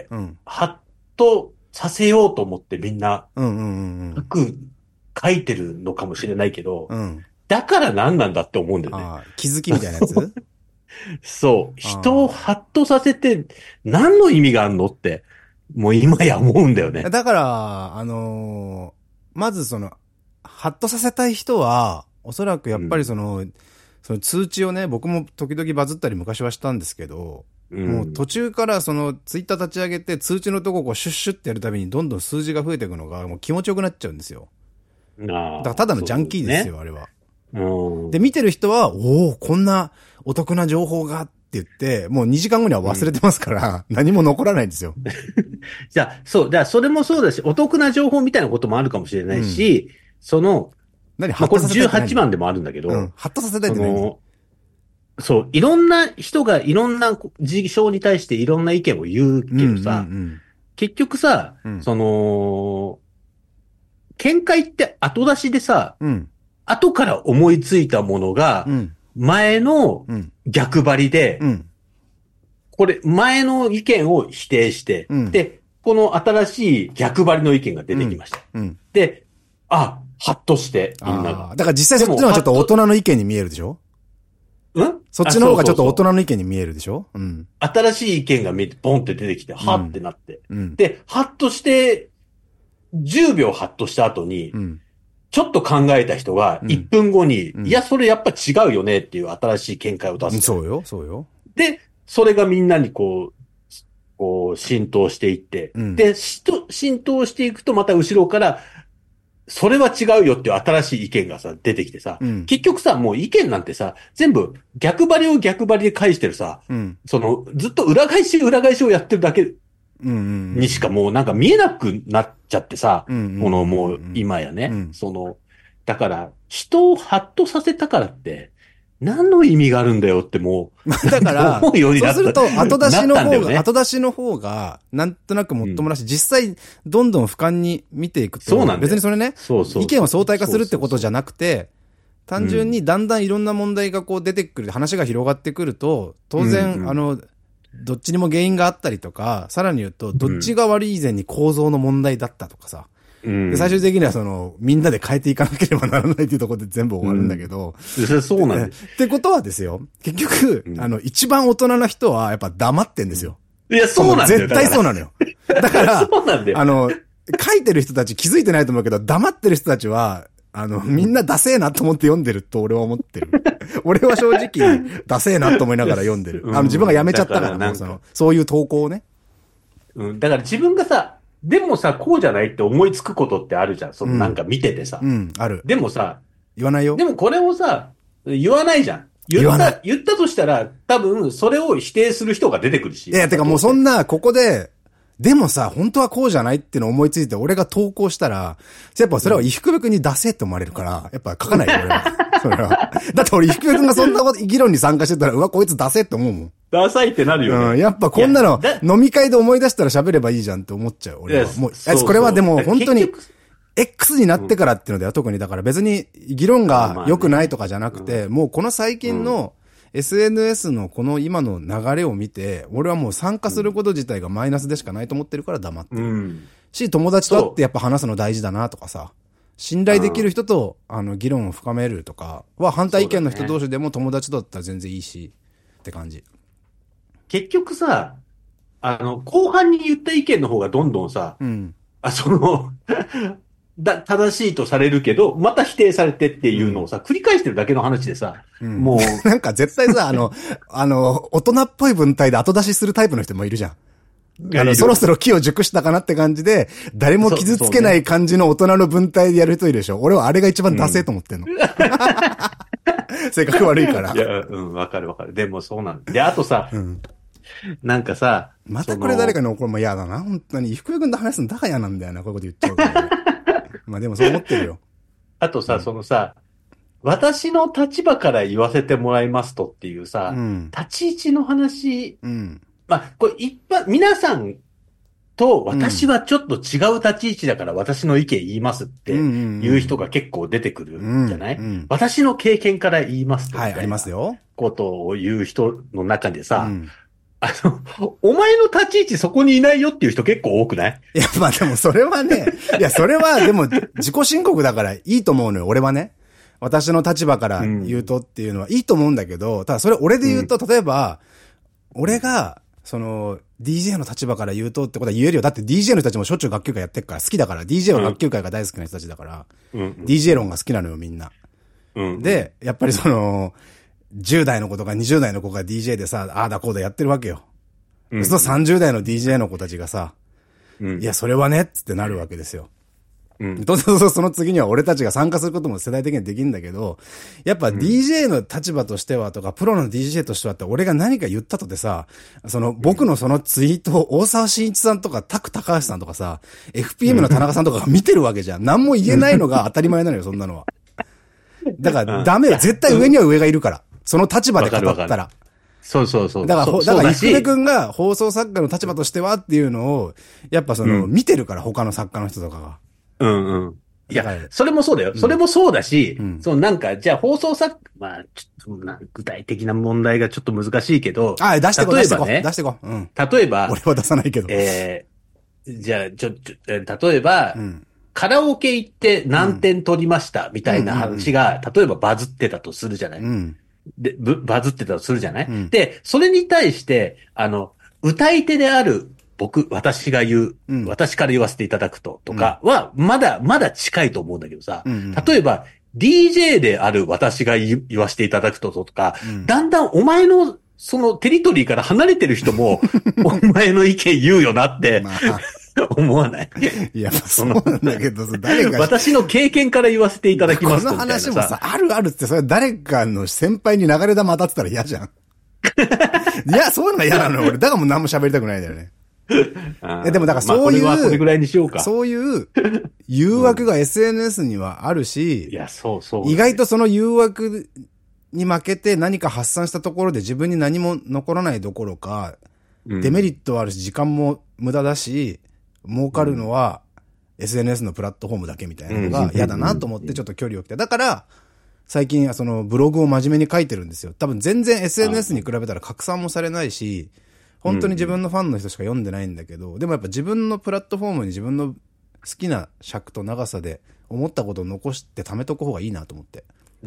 うん、 はっとさせようと思ってみんな、 うんうんうん、 書く、書いてるのかもしれないけど、 うん、 だから何なんだって思うんだよね。 あ、気づきみたいなやつそう。人をハッとさせて何の意味があるのって、もう今や思うんだよね。 だから、あのー、まずその、ハッとさせたい人は、おそらくやっぱりその、うん、その通知をね、僕も時々バズったり昔はしたんですけど、うん、もう途中からそのツイッター立ち上げて通知のとこをこうシュッシュってやるたびにどんどん数字が増えていくのがもう気持ちよくなっちゃうんですよ。 あ、 だからただのジャンキーですよ、ですね、あれは。 うん、 で、見てる人は、おお、こんなお得な情報がって言って、もうにじかんごには忘れてますから、うん、何も残らないんですよ。 じゃあ、そう、だからそれもそうだし、お得な情報みたいなこともあるかもしれないし、うん、その、 何、 まあ、これじゅうはちばんでもあるんだけど、うん、 ハッとさせたいって何？ そう、いろんな人がいろんな事象に対していろんな意見を言うけどさ、 うんうんうん、 結局さ、 うん、 その、 見解って後出しでさ、 うん、 後から思いついたものが、前の逆張りで、うんうん、これ、前の意見を否定して、うん、で、この新しい逆張りの意見が出てきました。うんうん、で、あ、ハッとして、みんなが。 だから実際そっちの方がちょっと大人の意見に見えるでしょ？ うんそっちの方がちょっと大人の意見に見えるでしょ？うん。 新しい意見がボンって出てきて、はってなって。うん、で、ハッとして、じゅうびょうハッとした後に、うん、ちょっと考えた人がいっぷんごに、うん、いや、それやっぱ違うよねっていう新しい見解を出す。 そうよ、そうよ。 で、それがみんなにこう、こう、浸透していって、うん、で、浸透していくとまた後ろから、それは違うよっていう新しい意見がさ、出てきてさ、うん、結局さ、もう意見なんてさ、全部逆張りを逆張りで返してるさ、うん、その、ずっと裏返し裏返しをやってるだけにしかもうなんか見えなくなっちゃってさ、うんうん、このもう今やね、うん、その、だから人をハッとさせたからって、何の意味があるんだよってもう。 だから、そうすると後出しの方が、ね、後出しの方が、なんとなくもっともらし、うん、実際、どんどん俯瞰に見ていくと、そうなんだよ別にそれねそうそう、意見を相対化するってことじゃなくて、単純にだんだんいろんな問題がこう出てくる、話が広がってくると、当然、うんうん、あの、どっちにも原因があったりとか、さらに言うと、どっちが悪い以前に構造の問題だったとかさ、うん、で最終的にはその、みんなで変えていかなければならないっていうところで全部終わるんだけど。 うん、そうなんです。 ってことはですよ、結局、うん、あの、一番大人な人はやっぱ黙ってんですよ。 いや、そうなんだよ。 絶対そうなのよ。だから、 そうなんだよ。 あの、書いてる人たち気づいてないと思うけど、黙ってる人たちは、あの、みんなダセーなと思って読んでると俺は思ってる。俺は正直、ダセーなと思いながら読んでる。あの、自分がやめちゃったから、からその、そういう投稿をね。 うん、だから自分がさ、でもさ、こうじゃないって思いつくことってあるじゃん。そのなんか見ててさ。 うん、うん、ある。 でもさ、 言わないよ。 でもこれをさ、言わないじゃん。言った、言ったとしたら、多分、それを否定する人が出てくるし。 いや、てかもうそんな、ここで、でもさ、本当はこうじゃないってのを思いついて、俺が投稿したら、やっぱそれは伊福部君に出せって思われるから、やっぱ書かないよ、俺は。それは。だって俺伊福部君がそんな議論に参加してたら、うわ、こいつ出せって思うもん。 ダサいってなるよね。 うん、やっぱこんなの、飲み会で思い出したら喋ればいいじゃんって思っちゃう、俺は。もう、そうそうこれはでも本当に、X になってからっていうのでは、特にだから別に議論が良くないとかじゃなくて、もうこの最近の、エスエヌエス のこの今の流れを見て、俺はもう参加すること自体がマイナスでしかないと思ってるから黙ってる。うん、し、友達と会ってやっぱ話すの大事だなとかさ、信頼できる人と、あの、議論を深めるとかは反対意見の人同士でも友達とだったら全然いいし、って感じ。 結局さ、あの、後半に言った意見の方がどんどんさ、うん、あ、その、だ、正しいとされるけど、また否定されてっていうのをさ、うん、繰り返してるだけの話でさ、うん、もう。 なんか絶対さ、あの、あの、大人っぽい文体で後出しするタイプの人もいるじゃん。あの、そろそろ機を熟したかなって感じで、誰も傷つけない感じの大人の文体でやる人いるでしょ。俺はあれが一番ダセーと思ってんの。うん、性格悪いから。 いや、うん、わかるわかる。でもそうなんだ。で、あとさ、うん、なんかさ、 またこれ誰かに怒るのも嫌だな。本当に。伊福部君と話すのだから嫌なんだよな。こういうこと言っちゃうから、ね。まあでもそう思ってるよ。 あとさ、うん、そのさ、私の立場から言わせてもらいますとっていうさ、うん、立ち位置の話、うん、まあ、これ一般、皆さんと私はちょっと違う立ち位置だから私の意見言いますっていう人が結構出てくるじゃない、うんうん、私の経験から言いますと。 はい、ありますよ。 ことを言う人の中でさ、うんあの、お前の立ち位置そこにいないよっていう人結構多くない？ いや、まあでもそれはね、いや、それはでも自己申告だからいいと思うのよ、俺はね。私の立場から言うとっていうのはいいと思うんだけど、ただそれ俺で言うと、例えば、俺が、その、ディージェー の立場から言うとってことは言えるよ。だって ディージェー の人たちもしょっちゅう楽器会やってるから好きだから、ディージェー は楽器会が大好きな人たちだから、うん、ディージェー 論が好きなのよ、みんな。うん、で、やっぱりその、じゅう代の子とかにじゅう代の子が ディージェー でさ、ああだこうだやってるわけよ。うん、そうさんじゅう代の ディージェー の子たちがさ、うん、いや、それはね、つってなるわけですよ。うん。当然その次には俺たちが参加することも世代的にはできるんだけど、やっぱ ディージェー の立場としてはとか、プロの ディージェー としてはって俺が何か言ったとてさ、その僕のそのツイートを大沢慎一さんとかタク高橋さんとかさ、エフピーエム の田中さんとかが見てるわけじゃん。何も言えないのが当たり前なのよ、そんなのは。だからダメよ。絶対上には上がいるから。その立場で語ったら。 そうそうそう。 だから、だから、伊福部くんが放送作家の立場としてはっていうのを、やっぱその、うん、見てるから、他の作家の人とかが。 うんうん。 いや、それもそうだよ。うん、それもそうだし、うん、そのなんか、じゃあ放送作、まあ、ちょっとな、具体的な問題がちょっと難しいけど、 あ、出してこ、例えばね、出してこ。 うん、例えば、 俺は出さないけど。 えー、じゃあ、ちょ、ちょ、例えば、うん、カラオケ行って何点取りました、みたいな話が、例えばバズってたとするじゃない、うん、で、バズってたとするじゃない、うん、で、それに対して、あの、歌い手である僕、私が言う、うん、私から言わせていただくと、とかは、まだ、まだ近いと思うんだけどさ、うんうん、例えば、ディージェー である私が言わせていただくと、とか、うん、だんだんお前の、そのテリトリーから離れてる人も、お前の意見言うよなって、まあ思わない。 いや、そうなんだけど、誰か。 私の経験から言わせていただきますと。 この話もさ、あるあるって、それ誰かの先輩に流れ弾当たってたら嫌じゃん。いや、そういうのが嫌なのよ、俺。だからもう何も喋りたくないんだよね。えでもだからそういう、まあ、これはこれぐらいにしようか。そういう誘惑が エスエヌエス にはあるし、 うん、いや、そうそう、ね。 意外とその誘惑に負けて何か発散したところで自分に何も残らないどころか、うん、デメリットはあるし、時間も無駄だし、儲かるのは エスエヌエス のプラットフォームだけみたいなのが嫌だなと思ってちょっと距離を置きたい。だから、最近はそのブログを真面目に書いてるんですよ。多分全然 エスエヌエス に比べたら拡散もされないし、本当に自分のファンの人しか読んでないんだけど、でもやっぱ自分のプラットフォームに自分の好きな尺と長さで思ったことを残して貯めとく方がいいなと思って。うん、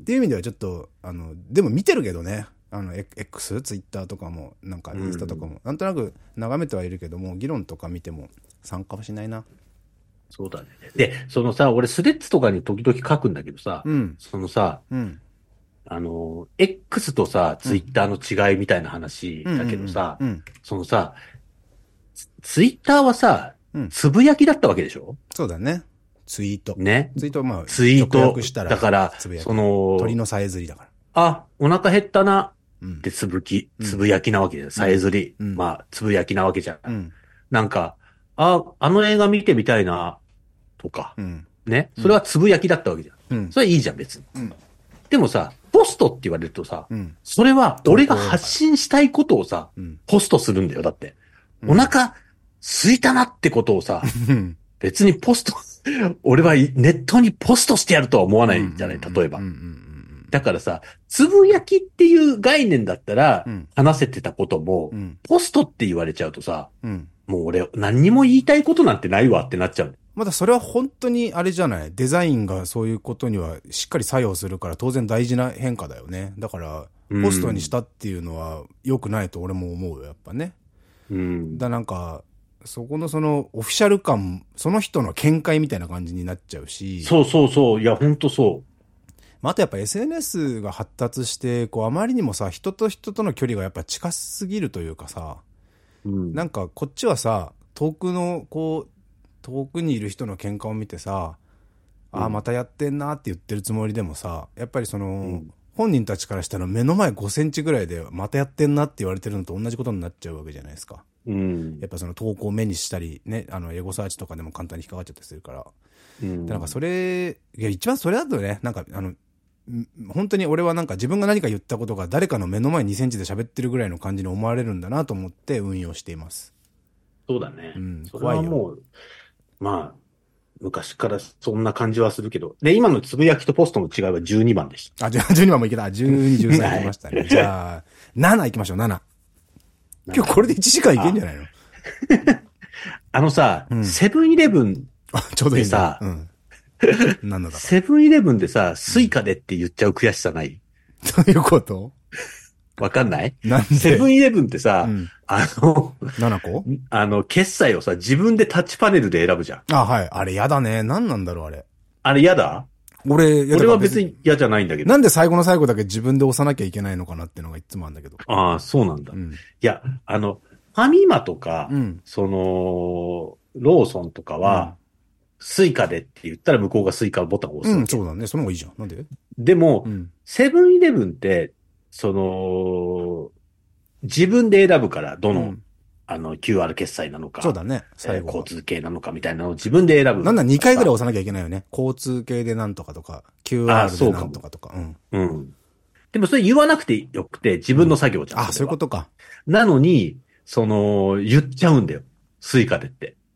っていう意味ではちょっと、あの、でも見てるけどね。あの、X、ツイッターとかも、なんかインスタとかも、うん、なんとなく眺めてはいるけども、議論とか見ても参加はしないな。 そうだね。で、そのさ、俺スレッズとかに時々書くんだけどさ、うん、そのさ、うん、あの、X とさ、ツイッターの違いみたいな話だけどさ、そのさ、ツイッターはさ、うん、つぶやきだったわけでしょ？ そうだね。ツイート。 ね。 ツイートはまあ、 ツイート。だから、その、 鳥のさえずりだから。 あ、お腹減ったな。ってつぶき、つぶやきなわけじゃん。さえずり。うん、まあ、つぶやきなわけじゃん。うん、なんか、あ、あの映画見てみたいな、とか。うん、ね。それはつぶやきだったわけじゃん。うん、それはいいじゃん、別に。うん、でもさ、ポストって言われるとさ、うん、それは俺が発信したいことをさ、うん、ポストするんだよ。だって。お腹空いたなってことをさ、うん、別にポスト、俺はネットにポストしてやるとは思わないんじゃない？例えば。だからさ、つぶやきっていう概念だったら、話せてたことも、うん、ポストって言われちゃうとさ、うん、もう俺何にも言いたいことなんてないわってなっちゃう。 まだそれは本当にあれじゃない？デザインがそういうことにはしっかり作用するから当然大事な変化だよね。だから、ポストにしたっていうのは良くないと俺も思うよ、やっぱね。うん、だなんか、そこのそのオフィシャル感、その人の見解みたいな感じになっちゃうし。 そうそうそう。いや、ほんとそう。 まあ、あとやっぱ エスエヌエス が発達して、こうあまりにもさ、人と人との距離がやっぱ近すぎるというかさ、うん、なんかこっちはさ、遠くのこう、遠くにいる人の喧嘩を見てさ、うん、ああ、またやってんなって言ってるつもりでもさ、やっぱりその、うん、本人たちからしたら目の前ごセンチぐらいでまたやってんなって言われてるのと同じことになっちゃうわけじゃないですか。うん、やっぱその投稿を目にしたりね、あのエゴサーチとかでも簡単に引っかかっちゃったりするから。うん、でなんかそれ、いや一番それだとね、なんかあの、本当に俺はなんか自分が何か言ったことが誰かの目の前にセンチで喋ってるぐらいの感じに思われるんだなと思って運用しています。 そうだね。うん、怖いよ。それはもう、まあ、昔からそんな感じはするけど。で、今のつぶやきとポストの違いはじゅうにばんでした。 あ、じゃあじゅうにばんもいけた。じゅうに、じゅうさんいきましたね。じゃあ、なな行きましょう、なな。今日これでいちじかんいけんじゃないの？ あ, あのさ、うん、セブンイレブンちょうどいいさ、 うんなんだセブンイレブンでさ、スイカでって言っちゃう悔しさない？ どういうこと？ わかんない？なんで？セブンイレブンってさ、うん、あの、 ななこ？ あの、決済をさ、自分でタッチパネルで選ぶじゃん。 あ、はい。あれやだね。なんなんだろう、あれ。 あれやだ？ 俺、 俺は別に嫌じゃないんだけど。 なんで最後の最後だけ自分で押さなきゃいけないのかなっていうのがいつもあるんだけど。 ああ、そうなんだ。うん、いや、あの、ファミマとか、うん、その、ローソンとかは、うんスイカでって言ったら向こうがスイカボタンを押す。 うん、そうだね。その方がいいじゃん。なんで？ でも、セブンイレブンって、その、自分で選ぶから、どの、うん、あの、キューアール 決済なのか。 そうだね。最後、 えー、交通系なのかみたいなのを自分で選ぶ。 なんだ、にかいぐらい押さなきゃいけないよね。交通系でなんとかとか、キューアール でなんとかとか。うん。 うん。でもそれ言わなくてよくて、自分の作業じゃん。 うん、あ、そういうことか。 なのに、その、言っちゃうんだよ。スイカでって。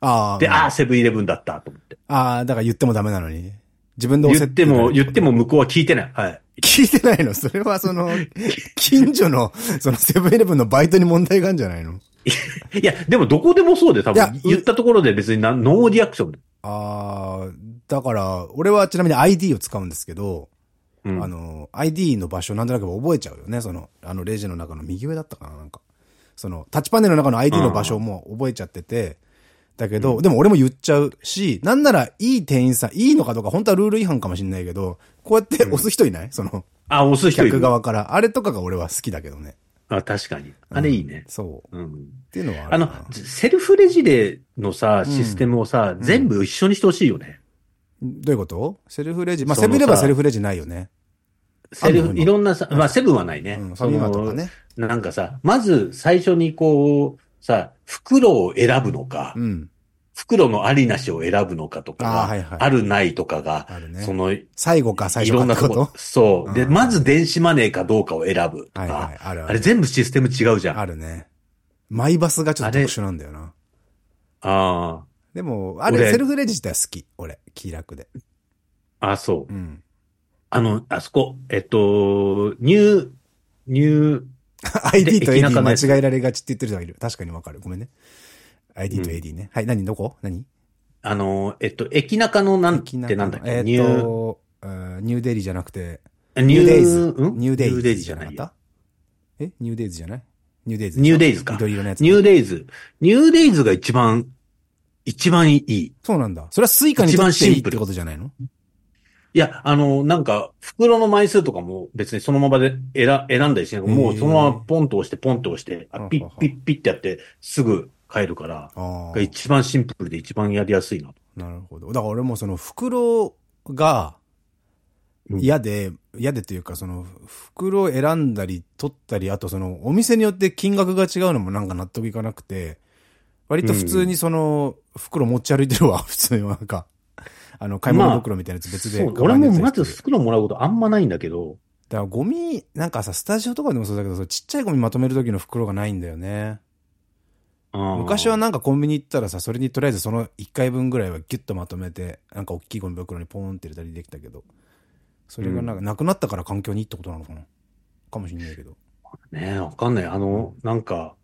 ああ。 で、ああ、セブンイレブンだったと思って。 ああ、だから言ってもダメなのに。自分で押せって言っても、言っても向こうは聞いてない。はい。 聞いてないの？それはその、近所の、そのセブンイレブンのバイトに問題があるんじゃないの？ いや、でもどこでもそうで、多分言ったところで別にノーリアクションで。 ああ、だから、俺はちなみに アイディー を使うんですけど、うん、あの、アイディー の場所なんとなく覚えちゃうよね。その、あのレジの中の右上だったかななんか。その、タッチパネルの中の アイディー の場所も覚えちゃってて、だけど、うん、でも俺も言っちゃうし、なんならいい店員さん、いいのかどうか本当はルール違反かもしれないけど、こうやって押す人いない、うん、その、 あ、押す人いる。 客側から。あれとかが俺は好きだけどね。 あ、確かに。あれいいね。 うん、そう。 うん。 っていうのはあるな。あの、セルフレジでのさ、システムをさ、うん、全部一緒にしてほしいよね。 どういうこと？セルフレジ。まあ、セブンイレブンはセルフレジないよね。 セルフ、いろんなさ、まあ、セブンはないね。 うん、そのとかね。 なんかさ、まず最初にこう、さ、袋を選ぶのか、うん、袋のありなしを選ぶのかとかが、あ、はいはい、あるないとかが、あるね、その、 最後か最初かってこと？いろんなとこ、 そう。で、まず電子マネーかどうかを選ぶとか、はいはい、あるある。あれ全部システム違うじゃん。 あるね。マイバスがちょっと特殊なんだよな。 ああ。 でも、あれ、セルフレジ自体は好き。俺、気楽で。 あ、そう。うん。あの、あそこ、えっと、ニュー、ニュー、 アイディー と エーディー 間違えられがちって言ってる人がいる。確かにわかる。ごめんね。アイディー と エーディー ね。うん、はい、何どこ何あの、えっと、駅中のなんてなんだっけえっと、ニュー、ニューデリーじゃなくて、 ニューデイズ。 ニューデイズじゃなかったえニューデイズじゃないニューデイズ。 ニューデイズか。 緑色のやつ。 ニューデイズ。ニューデイズが一番、一番いい。 そうなんだ。それはスイカにとっていいってことじゃないの？ いや、あの、なんか、袋の枚数とかも別にそのままで選、選んだりしない。もうそのままポンと押して、ポンと押して、あピッピッピッってやって、すぐ買えるから、が一番シンプルで一番やりやすいな。 なるほど。だから俺もその袋が嫌で、嫌でというかその袋を選んだり取ったり、あとそのお店によって金額が違うのもなんか納得いかなくて、割と普通にその袋持ち歩いてるわ、普通になんか。あの、買い物袋みたいなやつ別で、 まあ。俺もまず袋もらうことあんまないんだけど。 だからゴミ、なんかさ、スタジオとかでもそうだけど、ちっちゃいゴミまとめる時の袋がないんだよね。昔はなんかコンビニ行ったらさ、それにとりあえずそのいっかいぶんぐらいはギュッとまとめて、なんか大きいゴミ袋にポーンって入れたりできたけど、それがなんかなくなったから環境にいいってことなのかなかもしんないけど。 ねえ、わかんない。あの、なんか、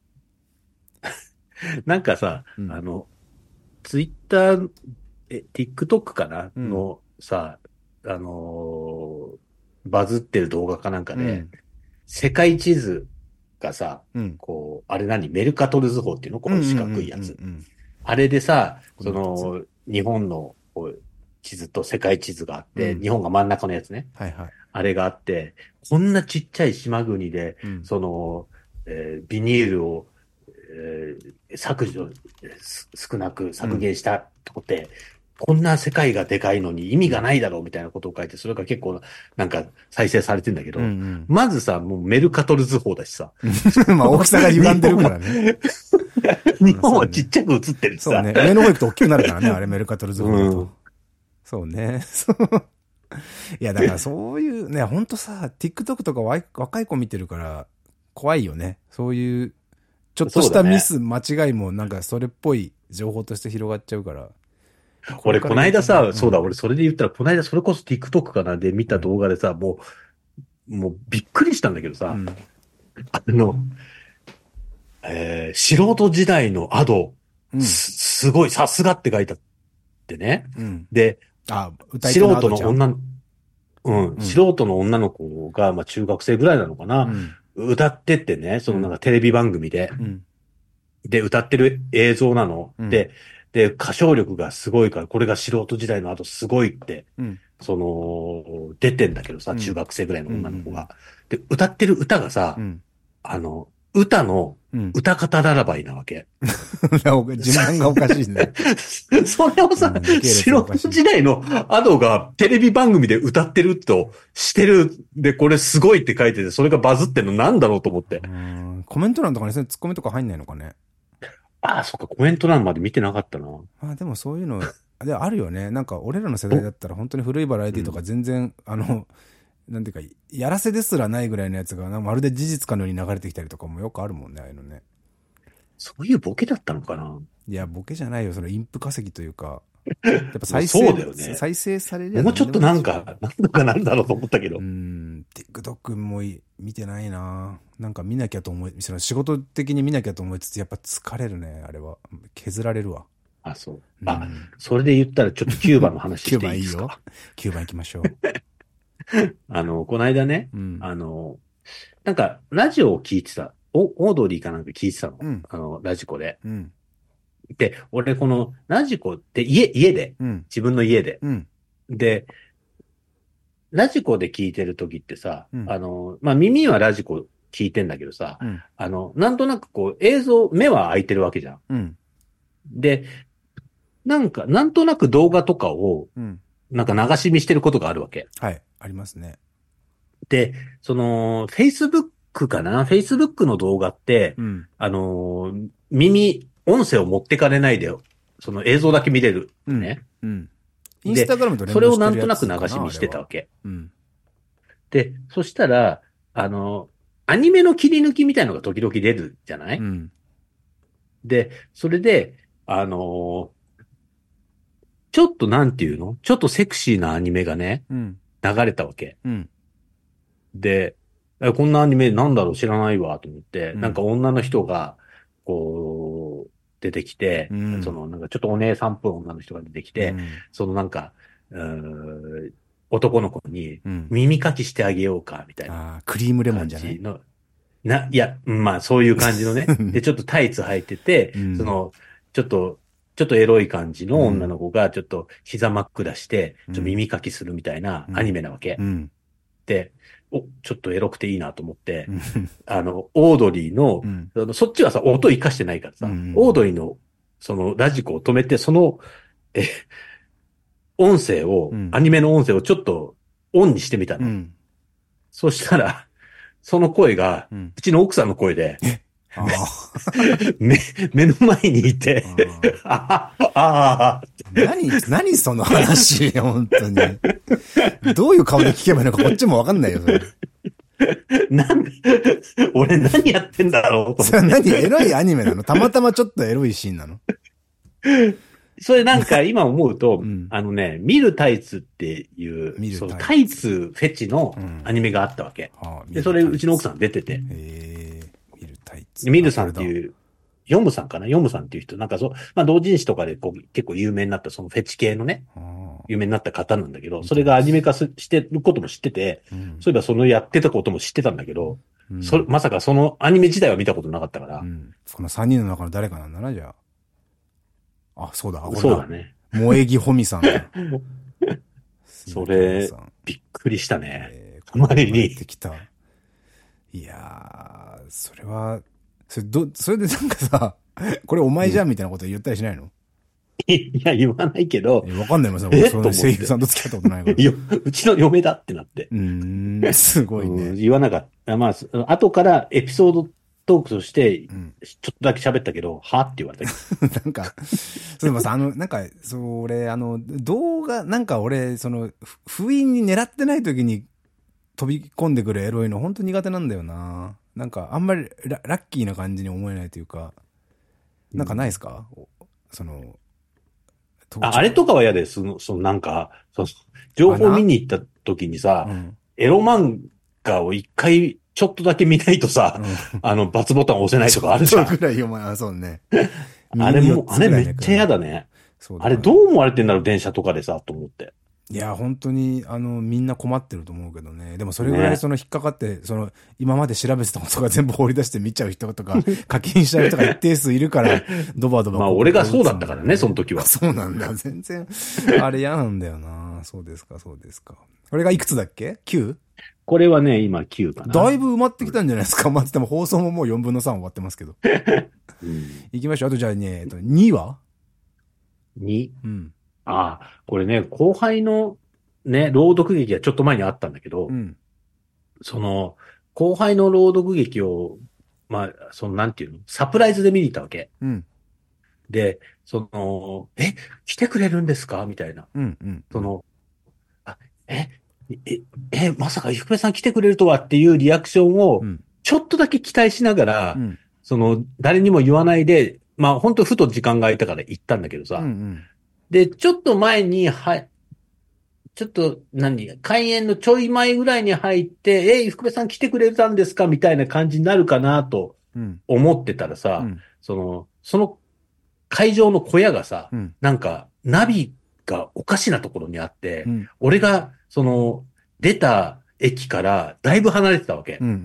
なんかさ、うん、あの、ツイッター、え、TikTok かな、うん、のさ、あのー、バズってる動画かなんかで、うん、世界地図がさ、うん、こう、あれ何メルカトル図法っていうのこの四角いやつ。あれでさ、その、日本のこう地図と世界地図があって、うん、日本が真ん中のやつね。 はいはい。 あれがあって、こんなちっちゃい島国で、うん、その、えー、ビニールを、えー、削除、少なく削減したとこって、うん、こんな世界がでかいのに意味がないだろうみたいなことを書いて、それが結構なんか再生されてんだけど、うんうん、まずさ、もうメルカトル図法だしさ。 まあ大きさが歪んでるからね。 日本はちっちゃく映ってるしさ。 そうね。上の方行くと大きくなるからね、あれメルカトル図法だと。うん、そうね。いやだからそういうね、ほんとさ、TikTok とか若い子見てるから怖いよね。そういう、ちょっとしたミス、ね、間違いもなんかそれっぽい情報として広がっちゃうから。 俺、こないださ、うん、そうだ、俺、それで言ったら、こないだ、それこそ TikTok かなで見た動画でさ、うん、もう、もう、びっくりしたんだけどさ、うん、あの、えー、素人時代のアド、うん、す、すごい、さすがって書いてあってね。うん、で、あ、歌い手のアドちゃん素人の女の、うん、うん、素人の女の子が、まあ、中学生ぐらいなのかな、うん、歌ってってね、そのなんかテレビ番組で、うん、で、歌ってる映像なの。うん、で、で、歌唱力がすごいから、これが素人時代の後すごいって、うん、その、出てんだけどさ、うん、中学生ぐらいの女の子が。で、歌ってる歌がさ、うん、あの、歌の、歌方ララバイなわけ。 順番がおかしいね。 それをさ、うん、素人時代のアドがテレビ番組で歌ってるとしてる。で、これすごいって書いてて、それがバズってんのなんだろうと思って。 うん、コメント欄とかに、ね、ツッコミとか入んないのかね。 ああ、そっか、コメント欄まで見てなかったな。 あでもそういうの、であるよね。なんか、俺らの世代だったら本当に古いバラエティとか全然、うん、あの、なんていうか、やらせですらないぐらいのやつが、まるで事実かのように流れてきたりとかもよくあるもんね、ああいうのね。 そういうボケだったのかな。 いや、ボケじゃないよ。そのインプ稼ぎというか。やっぱ再生、 そうだよね。 再生されるやつ。 もうちょっとなんか、なんとかなるだろうと思ったけど。 うん、TikTok も見てないな。なんか見なきゃと思い、その仕事的に見なきゃと思いつつ、やっぱ疲れるね、あれは。削られるわ。 あ、そう。あ、うん、それで言ったらちょっとキューバの話していいですか？ キューバいいよ。キューバ行きましょう。 あの、この間ね、うん、あの、なんか、ラジオを聞いてた。オードリーかなんか聞いてたの。うん、あの、ラジコで。うん、で、俺このラジコって家、家で、うん、自分の家で、うん、で、ラジコで聞いてる時ってさ、うん、あの、まあ、耳はラジコ聞いてんだけどさ、うん、あの、なんとなくこう映像、目は開いてるわけじゃん。うん、で、なんか、なんとなく動画とかを、なんか流し見してることがあるわけ。 はい、ありますね。 で、その、Facebook かな ?Facebook の動画って、うん、あの、耳、音声を持ってかれないで、その映像だけ見れるね。うん。うん、インスタグラムと連動してるやつかな、それをなんとなく流し見してたわけ。うん。で、そしたら、あの、アニメの切り抜きみたいのが時々出るじゃない？うん。で、それで、あの、ちょっとなんていうの？ちょっとセクシーなアニメがね、うん、流れたわけ。うん。で、こんなアニメなんだろう知らないわと思って、うん、なんか女の人が、こう、出てきて、うん、そのなんかちょっとお姉さんっぽい女の人が出てきて、うん、そのなんか、う男の子に耳かきしてあげようか、みたいな、うん。 ああ、クリームレモンじゃないの。 な、いや、まあそういう感じのね。で、ちょっとタイツ履いてて、うん、その、ちょっと、ちょっとエロい感じの女の子がちょっと膝真っ暗して、ちょっと耳かきするみたいなアニメなわけ。うんうん、で、お、ちょっとエロくていいなと思って、あの、オードリーの、うん、そのそっちはさ、音活かしてないからさ、うんうん、オードリーの、その、ラジコを止めて、その、え、音声を、うん、アニメの音声をちょっとオンにしてみたの。うん、そしたら、その声が、うん、うちの奥さんの声で、目、目の前にいて、ああ、ああ、 何、何その話、本当に。どういう顔で聞けばいいのかこっちもわかんないよ、それ。 なんで、俺何やってんだろうと思って。 それ何エロいアニメなの？たまたまちょっとエロいシーンなの？ それなんか今思うと、うん、あのね、見るタイツっていう、そのタイツフェチのアニメがあったわけ。うんはあ、で、それうちの奥さん出てて。へー、見るタイツ。ミルさんっていう、ヨムさんかなヨムさんっていう人、なんかそう、まあ同人誌とかでこう結構有名になったそのフェチ系のね、はあ、有名になった方なんだけど、それがアニメ化してることも知ってて、うん、そういえばそのやってたことも知ってたんだけど、うん、そまさかそのアニメ自体は見たことなかったから。うん、 このさんにんの中の誰かなんだな、じゃあ。あ、そうだ、 そうだね。 萌え木ほみさんだ。 それ、びっくりしたね。えー、あまりに。 きた。いやー、それは、それど、それでなんかさ、これお前じゃんみたいなこと言ったりしないの？ いや、言わないけど。 わかんないもん、その声優さんと付き合ったことないから。 うちの嫁だってなって。 うん、すごいね。 言わなかった。まあ、後からエピソードトークとして、ちょっとだけ喋ったけど、うん、はって言われた。なんか、そうでもさ、あの、なんか、それ、あの、動画、なんか俺、その、不意に狙ってない時に飛び込んでくるエロいの、本当苦手なんだよな。なんか、あんまりララッキーな感じに思えないというか、なんかないですか？うん、その、 あ、あれとかは嫌です。その、そのなんか、その情報見に行った時にさ、うん、エロ漫画を一回、ちょっとだけ見ないとさ、うん、あの、バツボタン押せないとかあるじゃん。 ちょっとぐらいお前、そうね。 あれも、あれめっちゃ嫌だね。そうだね。あれどう思われてんだろう、電車とかでさ、と思って。 いや、本当に、あの、みんな困ってると思うけどね。でもそれぐらいその引っかかって、ね、その、今まで調べてたことが全部放り出して見ちゃう人とか、課金しちゃう人が一定数いるから、ドバドバ。 まあ、俺がそうだったからね、その時は。 そうなんだ。全然、あれ嫌なんだよな。そうですか、そうですか。これがいくつだっけ ?きゅう？ これはね、今きゅうかな。 だいぶ埋まってきたんじゃないですか。まあ、でも放送ももうよんぶんのさん終わってますけど。うん、行きましょう。あとじゃあね、えっと、には ? に? うん。ああ、これね、後輩のね、朗読劇がちょっと前にあったんだけど、うん、その、後輩の朗読劇を、まあ、その、なんていうの、サプライズで見に行ったわけ。うん、で、その、え、来てくれるんですかみたいな。うんうん、その、あ、え、え、え、まさかゆくべさん来てくれるとはっていうリアクションを、ちょっとだけ期待しながら、うん、 その、誰にも言わないで、まあ本当ふと時間が空いたから行ったんだけどさ。うんうん、で、ちょっと前に、はい、ちょっと、何、開演のちょい前ぐらいに入って、えい、福部さん来てくれたんですかみたいな感じになるかなと思ってたらさ、うん、その、その会場の小屋がさ、うん、なんか、ナビがおかしなところにあって、うん、俺が、その、出た駅からだいぶ離れてたわけ。うんうんうん、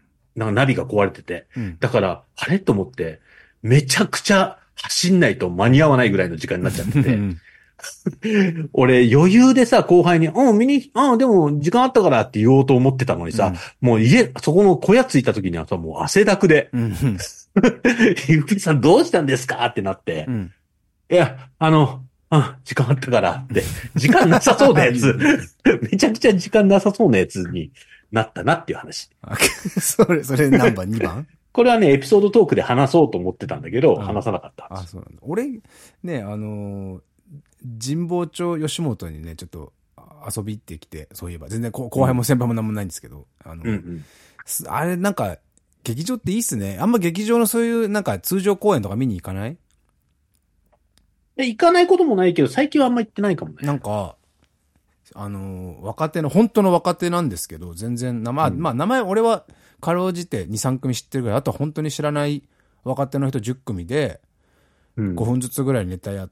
なんかナビが壊れてて。うん、だから、あれと思って、めちゃくちゃ走んないと間に合わないぐらいの時間になっちゃってて。俺、余裕でさ、後輩に、うん、見に、うん、でも、時間あったからって言おうと思ってたのにさ、うん、もう家、そこの小屋着いた時にはさ、もう汗だくで、うん、ゆきさんどうしたんですかってなって、うん、いや、あの、うん、時間あったからって、時間なさそうなやつ、めちゃくちゃ時間なさそうなやつになったなっていう話。 それ、それ何番 ?に 番これはね、エピソードトークで話そうと思ってたんだけど、うん、話さなかった話。あ、そうなんだ。俺、ね、あのー、神保町吉本にね、ちょっと遊び行ってきて、そういえば、全然後輩も先輩もなんもないんですけど、あの、うんうん、あれなんか、劇場っていいっすね。あんま劇場のそういうなんか通常公演とか見に行かない？ え、行かないこともないけど、最近はあんま行ってないかもね。 なんか、あの、若手の、本当の若手なんですけど、全然、名前、うん、まあ名前俺はかろうじてに、さん組知ってるぐらい、あとは本当に知らない若手の人じゅっ組で、ごふんずつぐらいネタやって、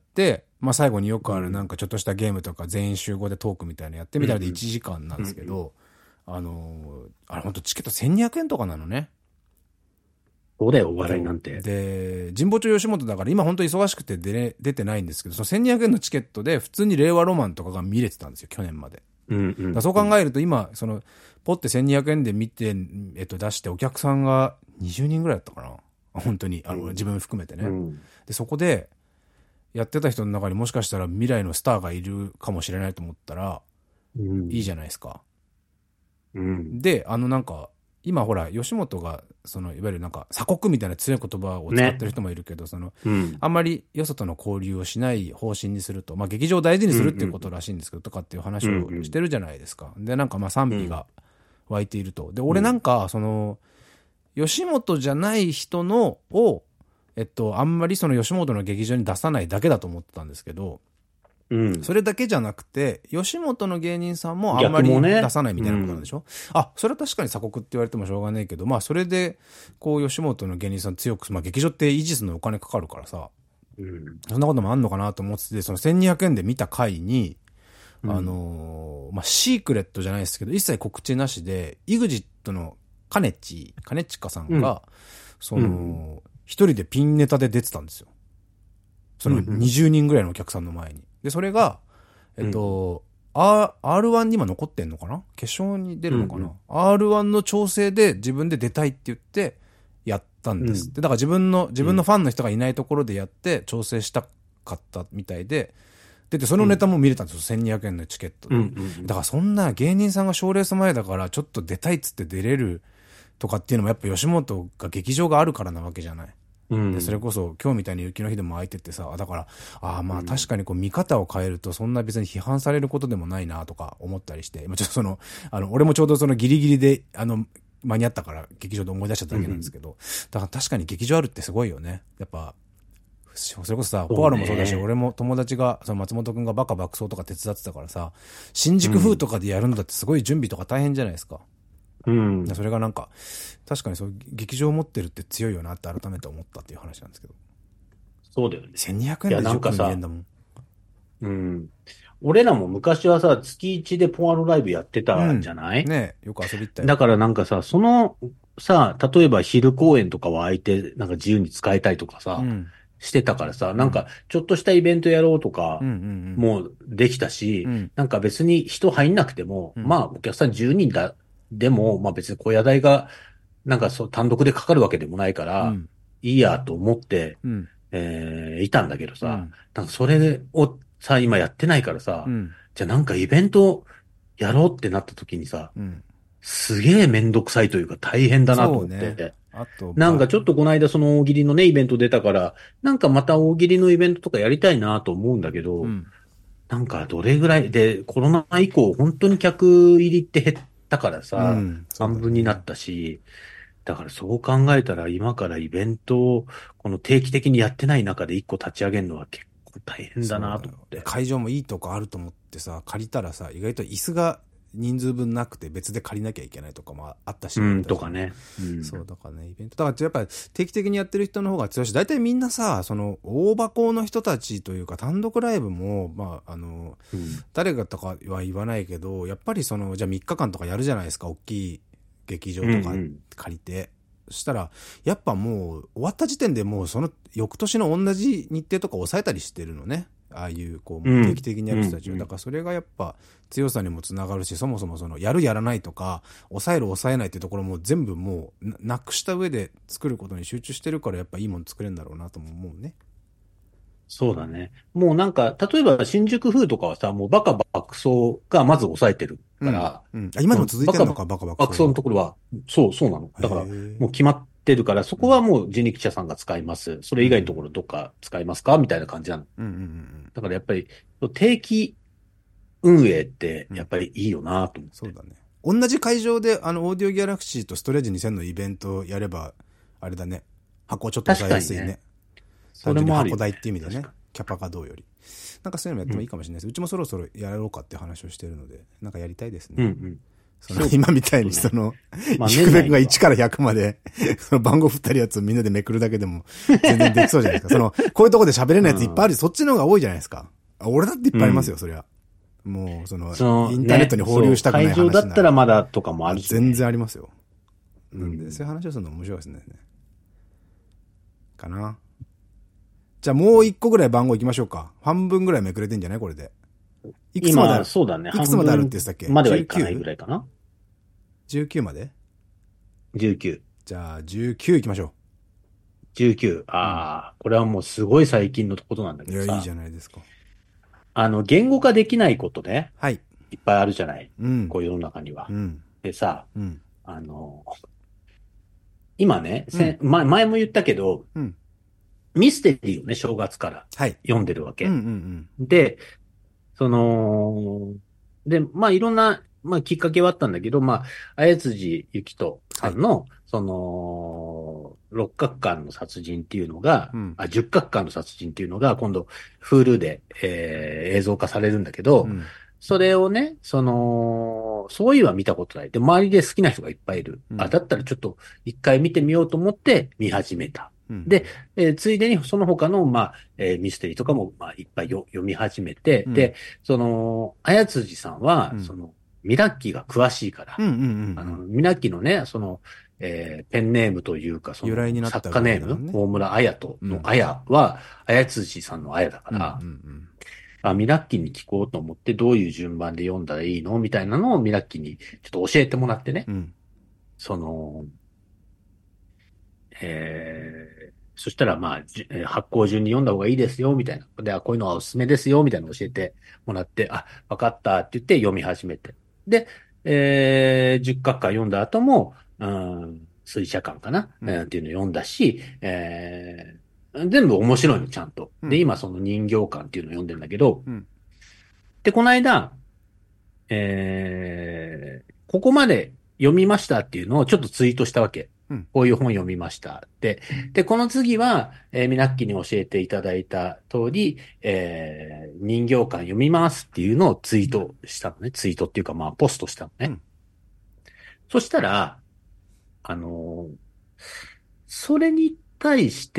まあ最後によくあるなんかちょっとしたゲームとか全員集合でトークみたいなのやってみたらでいちじかんなんですけど、あの、あれほんとチケットせんにひゃくえんとかなのね。 そうだよ、お笑いなんて。 で、神保町吉本だから今ほんと忙しくて出れ、出てないんですけど、そのせんにひゃくえんのチケットで普通に令和ロマンとかが見れてたんですよ、去年まで。うんうん、そう考えると今、その、ポってせんにひゃくえんで見て、えっと出してお客さんがにじゅうにんぐらいだったかな。本当に、あの、自分含めてね。うん、で、そこで、やってた人の中にもしかしたら未来のスターがいるかもしれないと思ったら、うん、いいじゃないですか。うん、で、あのなんか、今ほら、吉本が、その、いわゆるなんか、鎖国みたいな強い言葉を使ってる人もいるけど、ね、その、うん、あんまりよそとの交流をしない方針にすると、まあ劇場を大事にするっていうことらしいんですけど、とかっていう話をしてるじゃないですか。で、なんかまあ賛否が湧いていると。で、俺なんか、その、吉本じゃない人の、を、えっと、あんまりその吉本の劇場に出さないだけだと思ってたんですけど、うん、それだけじゃなくて、吉本の芸人さんもあんまり出さないみたいなことなんでしょ、ねうん、あ、それは確かに鎖国って言われてもしょうがないけど、まあそれで、こう吉本の芸人さん強く、まあ劇場って維持するのにお金かかるからさ、うん、そんなこともあんのかなと思ってて、そのせんにひゃくえんで見た回に、うん、あのー、まあシークレットじゃないですけど、一切告知なしで、イグジットのカネチ、カネチカさんが、うん、その、うん一人でピンネタで出てたんですよ。そのにじゅうにんぐらいのお客さんの前に。で、それが、えっと、うん、アールワン に今残ってんのかな？決勝に出るのかな、うんうん、アールワン の調整で自分で出たいって言ってやったんです。うん、で、だから自分の、自分のファンの人がいないところでやって調整したかったみたいで、出て、そのネタも見れたんですよ。せんにひゃくえんのチケットで。うんうんうん、だからそんな芸人さんが賞レース前だからちょっと出たいっつって出れるとかっていうのもやっぱ吉本が劇場があるからなわけじゃない。うん、でそれこそ今日みたいに雪の日でも空いててさ、だから、ああまあ確かにこう見方を変えるとそんな別に批判されることでもないなとか思ったりして、今ちょっとその、あの、俺もちょうどそのギリギリで、あの、間に合ったから劇場で思い出しちゃっただけなんですけど、うん、だから確かに劇場あるってすごいよね。やっぱ、それこそさ、ポアロもそうだし、俺も友達が、その松本くんがバカ爆走とか手伝ってたからさ、新宿風とかでやるんだってすごい準備とか大変じゃないですか。うん。それがなんか、確かにそう劇場を持ってるって強いよなって改めて思ったっていう話なんですけど。 そうだよね。 せんにひゃくえんでじゅっぷん見えんだもん。 うん。俺らも昔はさ、月いちでポアロライブやってたじゃない、うん、 ねえ、よく遊び行ったよ。 だからなんかさ、その、さ、例えば昼公演とかは相手、なんか自由に使いたいとかさ、うん、してたからさ、なんかちょっとしたイベントやろうとか、もうできたし、うんうんうん、なんか別に人入んなくても、うん、まあお客さんじゅうにんだ、でも、まあ別に小屋代が、なんかそう単独でかかるわけでもないから、うん、いいやと思って、うん、えー、いたんだけどさ、うん、なんかそれをさ、今やってないからさ、うん、じゃあなんかイベントやろうってなった時にさ、うん、すげえめんどくさいというか大変だなと思って、ね、あとなんかちょっとこの間その大喜利のね、イベント出たから、なんかまた大喜利のイベントとかやりたいなと思うんだけど、うん、なんかどれぐらいで、コロナ以降本当に客入りって減ってだからさ、うんね、半分になったし、 だからそう考えたら今からイベントをこの定期的にやってない中で一個立ち上げるのは結構大変だなと思って。 会場もいいとこあると思ってさ、借りたらさ、意外と椅子が人数分なくて別で借りなきゃいけないとかもあったし。 うん、とかね。 うん、そう、だからね、イベント。だからやっぱり定期的にやってる人の方が強いし、大体みんなさ、その大箱の人たちというか単独ライブも、まあ、あの、うん、誰がとかは言わないけど、やっぱりその、じゃあみっかかんとかやるじゃないですか、大きい劇場とか借りて。うんうん、そしたら、やっぱもう終わった時点でもうその翌年の同じ日程とか抑えたりしてるのね。ああいう、こう、定期的にやる人たちは。うん、だからそれがやっぱ強さにもつながるし、そもそもその、やるやらないとか、抑える抑えないっていうところも全部もう、なくした上で作ることに集中してるから、やっぱいいもの作れるんだろうなとも思うね。 そうだね。もうなんか、例えば新宿風とかはさ、もうバカ爆走がまず抑えてるから。 うんうん、あ、今でも続いてるのか、バカ爆走。 爆走のところは、そう、そうなの。だから、もう決まってるから、そこはもう人力車さんが使います。それ以外のところどっか使いますかみたいな感じなの。うんうんうん、だからやっぱり、定期運営ってやっぱりいいよなと思って、 うん。そうだね。同じ会場で、あの、オーディオギャラクシーとストレージにせんのイベントやれば、あれだね。箱ちょっと抑えやすいね。ね、それも箱代っていう意味でね。キャパがどうより。なんかそういうのやってもいいかもしれないです。うん、うちもそろそろやろうかって話をしてるので、なんかやりたいですね。うんうん、その今みたいにその、まあ、引くべくがいちからひゃくまで、その番号振ったりやつをみんなでめくるだけでも全然できそうじゃないですか。その、こういうとこで喋れないやついっぱいある、うん、そっちの方が多いじゃないですか。俺だっていっぱいありますよ、うん、そりゃ。もう、その、そインターネットに放流したくない話なら、 ね、会場だったらまだとかもあるし、 ね、全然ありますよ。なんで、そういう話をするの面白いですね。かな。じゃあもう一個ぐらい番号いきましょうか。半分ぐらいめくれてんじゃないこれで。 いくつまである？そうだね。 いくつまであるって言ったっけ？ まではいかないぐらいかな。 じゅうきゅうまで ? じゅうきゅう。 じゃあじゅうきゅういきましょう。 じゅうきゅう。ああ、うん、これはもうすごい最近のことなんだけどさ。 いや、いいじゃないですか。 あの、言語化できないことね。 はい。 いっぱいあるじゃない。 うん。 こういう世の中には。 うん。 でさ、 うん、 あの、今ね、せ、うん、前、前も言ったけど、うん、ミステリーをね、正月から読んでるわけ。 はい、うんうんうん、 で、その、で、まあいろんな、まあきっかけはあったんだけど、まあ、綾辻ゆきとさんの、はい、その、六角館の殺人っていうのが、うん、あ、十角館の殺人っていうのが、今度、Hulu で、えー、映像化されるんだけど、うん、それをね、その、そういうは見たことない。で、周りで好きな人がいっぱいいる。うん、あ、だったらちょっと一回見てみようと思って見始めた。うん、で、えー、ついでにその他の、まあ、えー、ミステリーとかも、まあ、いっぱいよ読み始めて、うん、で、その、綾辻さんは、うん、その、ミラッキーが詳しいから、あの、ミラッキーのね、その、えー、ペンネームというか、その、作家ネーム、大村綾人の綾は、綾辻さんの綾だから、あ、ミラッキーに聞こうと思って、どういう順番で読んだらいいのみたいなのをミラッキーにちょっと教えてもらってね、うん、その、えー、そしたらまあ、発行順に読んだ方がいいですよ、みたいな。で、こういうのはおすすめですよ、みたいなのを教えてもらって、あ、わかったって言って読み始めて。で、えー、じゅっかっかん読んだ後も、うん、水車館かな、うん、っていうのを読んだし、えー、全部面白いの、ちゃんと。で、今その人形館っていうのを読んでるんだけど、うん、で、この間、えー、ここまで読みましたっていうのをちょっとツイートしたわけ。うん、こういう本読みましたって。で、この次は、えー、ミナッキに教えていただいた通り、えー、人形館読みますっていうのをツイートしたのね。ツイートっていうか、まあ、ポストしたのね。うん、そしたら、あのー、それに対して、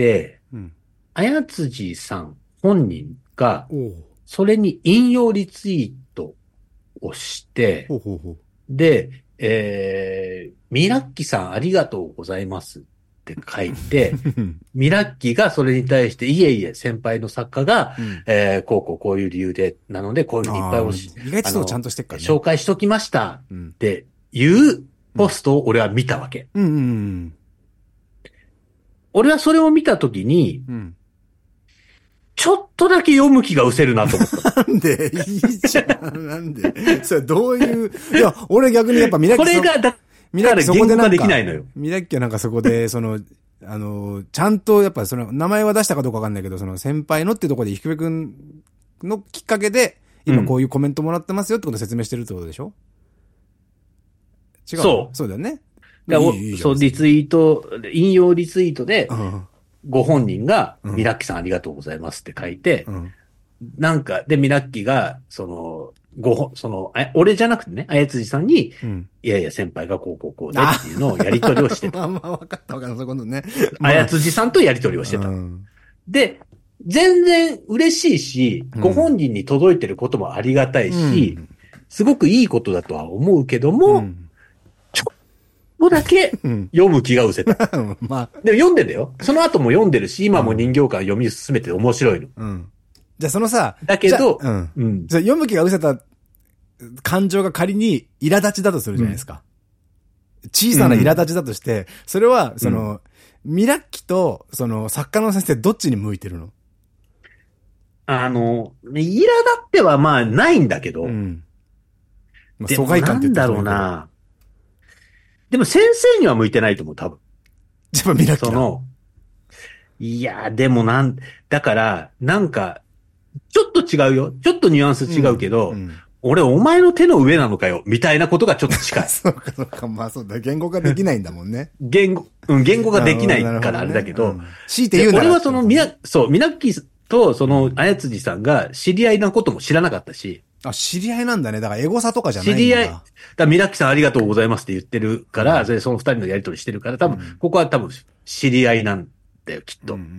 うん、綾辻さん本人が、それに引用リツイートをして、 ほうほうほうで、えー、ミラッキさんありがとうございますって書いて、ミラッキがそれに対して、いえいえ、先輩の作家が、うん、えー、こうこうこういう理由で、なので、こういうふうにいっぱいおし、 意外とそうちゃんとしてっから、 ね、紹介しときましたっていうポストを俺は見たわけ。 うんうんうん、 俺はそれを見たときに、うん、ちょっとだけ読む気が失せるなと思った。 なんでいいじゃん。なんでそれどういう、いや、俺逆にやっぱミラッキこれが、だミラッキそこでなんか、できないのよ。 ミラッキはなんかそこで、その、あの、ちゃんとやっぱその、名前は出したかどうかわかんないけど、その先輩のってところで、ひくべくんのきっかけで、今こういうコメントもらってますよってことを説明してるってことでしょ、うん、違う。 そう。 そうだよね。 でおそう、リツイート、引用リツイートで、ご本人が、ミラッキさんありがとうございますって書いて、うん、なんか、で、ミラッキが、その、ご、その、え、俺じゃなくてね、あやつじさんに、うん、いやいや、先輩がこうこうこうでっていうのをやり取りをしてた。 まあまあ、わかったわかった、そういうことね。 あやつじさんとやり取りをしてた。うん、で、全然嬉しいし、うん、ご本人に届いてることもありがたいし、うん、すごくいいことだとは思うけども、うん、ちょっとだけ読む気が失せた。うん、まあ、でも読んでんだよ。その後も読んでるし、今も人形館読み進めて面白いの。うん、 じゃあそのさ、 だけど、 じゃ、うんうん、じゃ読む気が失せた感情が仮に苛立ちだとするじゃないですか。うん、小さな苛立ちだとして、それは、その、うん、ミラッキと、その、作家の先生どっちに向いてるの？ あの、苛立ってはまあないんだけど、うん、 まあ、疎外感って言ったらなんだろうな。でも先生には向いてないと思う、多分。 やっぱミラッキその、いや、でもなん、だから、なんか、ちょっと違うよ。ちょっとニュアンス違うけど、うんうん、俺お前の手の上なのかよ、みたいなことがちょっと近い。 そうかそうか、まあそうだ。言語化できないんだもんね。 言語、うん、言語ができないからあれだけど、 ねうん、強いて言うなら俺はその、みな、そう、ミナッキーとその、あやつじさんが知り合いなことも知らなかったし。 あ、知り合いなんだね。だからエゴサとかじゃないんだ。 知り合い。だミナッキーさんありがとうございますって言ってるから、うん、それその二人のやりとりしてるから、多分、うん、ここは多分知り合いなんだよ、きっと。うんうんうん、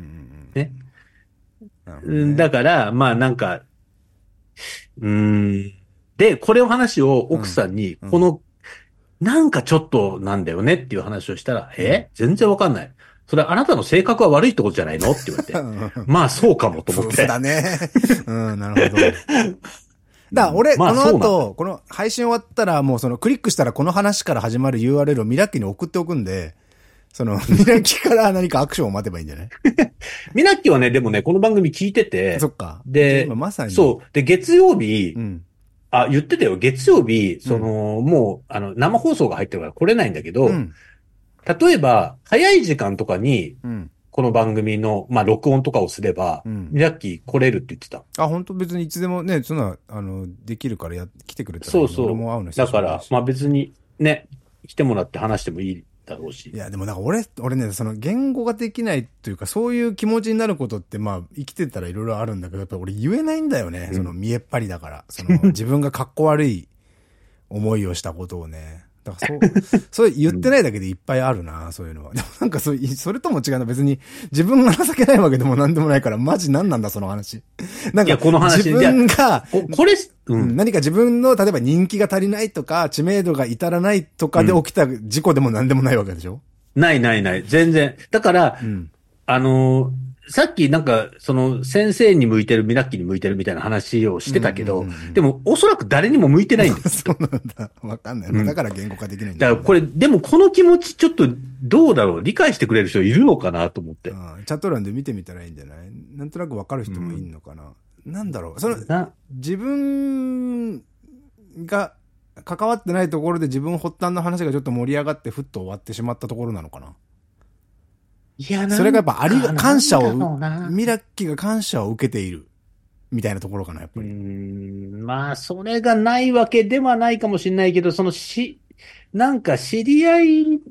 ね。ねだから、まあなんか、うーん。で、これを話を奥さんに、この、うんうん、なんかちょっとなんだよねっていう話をしたら、うん、え全然わかんない。それあなたの性格は悪いってことじゃないのって言われて。まあそうかもと思って。 そうだね。うん、なるほど。だから俺、まあ、この後、この配信終わったらもうそのクリックしたらこの話から始まる ユーアールエル をミラッキに送っておくんで、その、ミラッキから何かアクションを待てばいいんじゃない？ ミラッキはね、でもね、この番組聞いてて。 そっか。 で、まさに。そう。で、月曜日、うん、あ、言ってたよ。月曜日、その、うん、もう、あの、生放送が入ってるから来れないんだけど、うん、例えば、早い時間とかに、うん、この番組の、まあ、録音とかをすれば、うん、ミラッキ来れるって言ってた。 あ、本当別にいつでもね、そんな、あの、できるからや、来てくれたら。 そうそう。俺も会うのだから、まあ別に、ね、来てもらって話してもいい。だろうし。 いや、でもなんか俺、俺ね、その言語ができないというか、そういう気持ちになることって、まあ、生きてたらいろいろあるんだけど、やっぱ俺言えないんだよね。うん、その見えっ張りだから。その自分がかっこ悪い思いをしたことをね。だからそう、それ言ってないだけでいっぱいあるな、そういうのは。でもなんかそう、それとも違うな。別に自分が情けないわけでもなんでもないから、マジ何なんだその話。なんか、この話自分が、ここれ、うん、何か自分の、例えば人気が足りないとか、知名度が至らないとかで起きた事故でも何でもないわけでしょ？ うん、ないないない。全然。だから、うん、あのー、さっきなんか、その、先生に向いてる、ミラッキに向いてるみたいな話をしてたけど、でも、おそらく誰にも向いてないんです。 そうなんだ。わかんない。だから言語化できないんだ、 ね。だからこれ、でもこの気持ちちょっと、どうだろう理解してくれる人いるのかなと思って。 ああチャット欄で見てみたらいいんじゃない？なんとなくわかる人もいいのかな、うん、なんだろうその、自分が関わってないところで自分発端の話がちょっと盛り上がってふっと終わってしまったところなのかな。 いや、 それがやっぱありが、感謝を、ミラッキが感謝を受けている。みたいなところかな、やっぱり。うーん、まあ、それがないわけではないかもしれないけど、そのし、なんか知り合い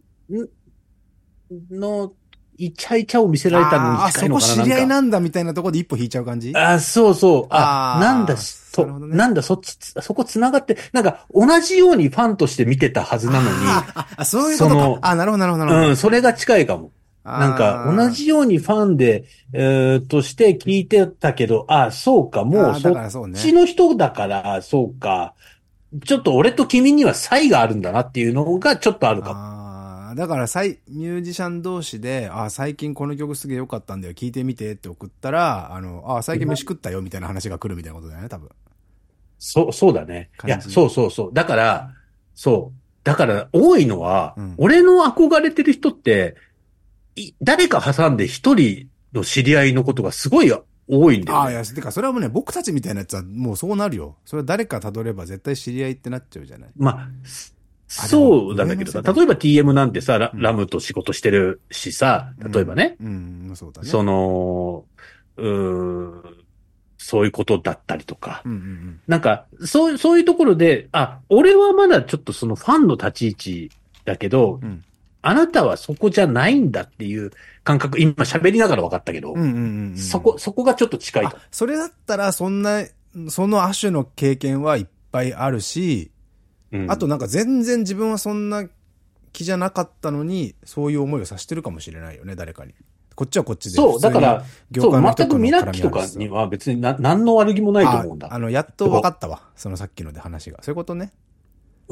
のイチャイチャを見せられたのに近いのかな。 あ、そこ知り合いなんだみたいなところで一歩引いちゃう感じ？ あ、そうそう。あ、なんだ、と、な, ね、なんだ、そっち、そこ繋がって、なんか同じようにファンとして見てたはずなのに。 ああ、そういうことか。そのあ、なるほど、なるほど、なるほど。 うん、それが近いかも。なんか、同じようにファンで、えー、として聞いてたけど、ああ、そうか、もうそっちの人だから、そうか。ちょっと俺と君には差異があるんだなっていうのがちょっとあるかも。 ああ、だからさい、ミュージシャン同士で、ああ、最近この曲すげえ良かったんだよ、聞いてみてって送ったら、あの、ああ、最近飯食ったよみたいな話が来るみたいなことだよね、多分。 そう、そうだね。いや、そうそうそう。だから、そう。だから多いのは、うん、俺の憧れてる人って、誰か挟んで一人の知り合いのことがすごい多いんだよね。 ああ、いや、てか、それはもうね、僕たちみたいなやつはもうそうなるよ。それは誰か辿れば絶対知り合いってなっちゃうじゃない。 まあ、そうなんだけどさ、例えば ティーエム なんてさ、ラ, ラムと仕事してるしさ、例えばね。うん、うん、そうだね。その、うーん、そういうことだったりとか。うんうんうん、なんか、そう、そういうところで、あ、俺はまだちょっとそのファンの立ち位置だけど、うんあなたはそこじゃないんだっていう感覚、今喋りながら分かったけど、そこ、そこがちょっと近いと。 それだったら、そんな、その亜種の経験はいっぱいあるし、うん、あとなんか全然自分はそんな気じゃなかったのに、そういう思いをさせてるかもしれないよね、誰かに。こっちはこっちで。 そう、だから、そう、全くミラッキとかには別にな何の悪気もないと思うんだ。 あ, あの、やっと分かったわ。そのさっきので話が。そういうことね。 うん、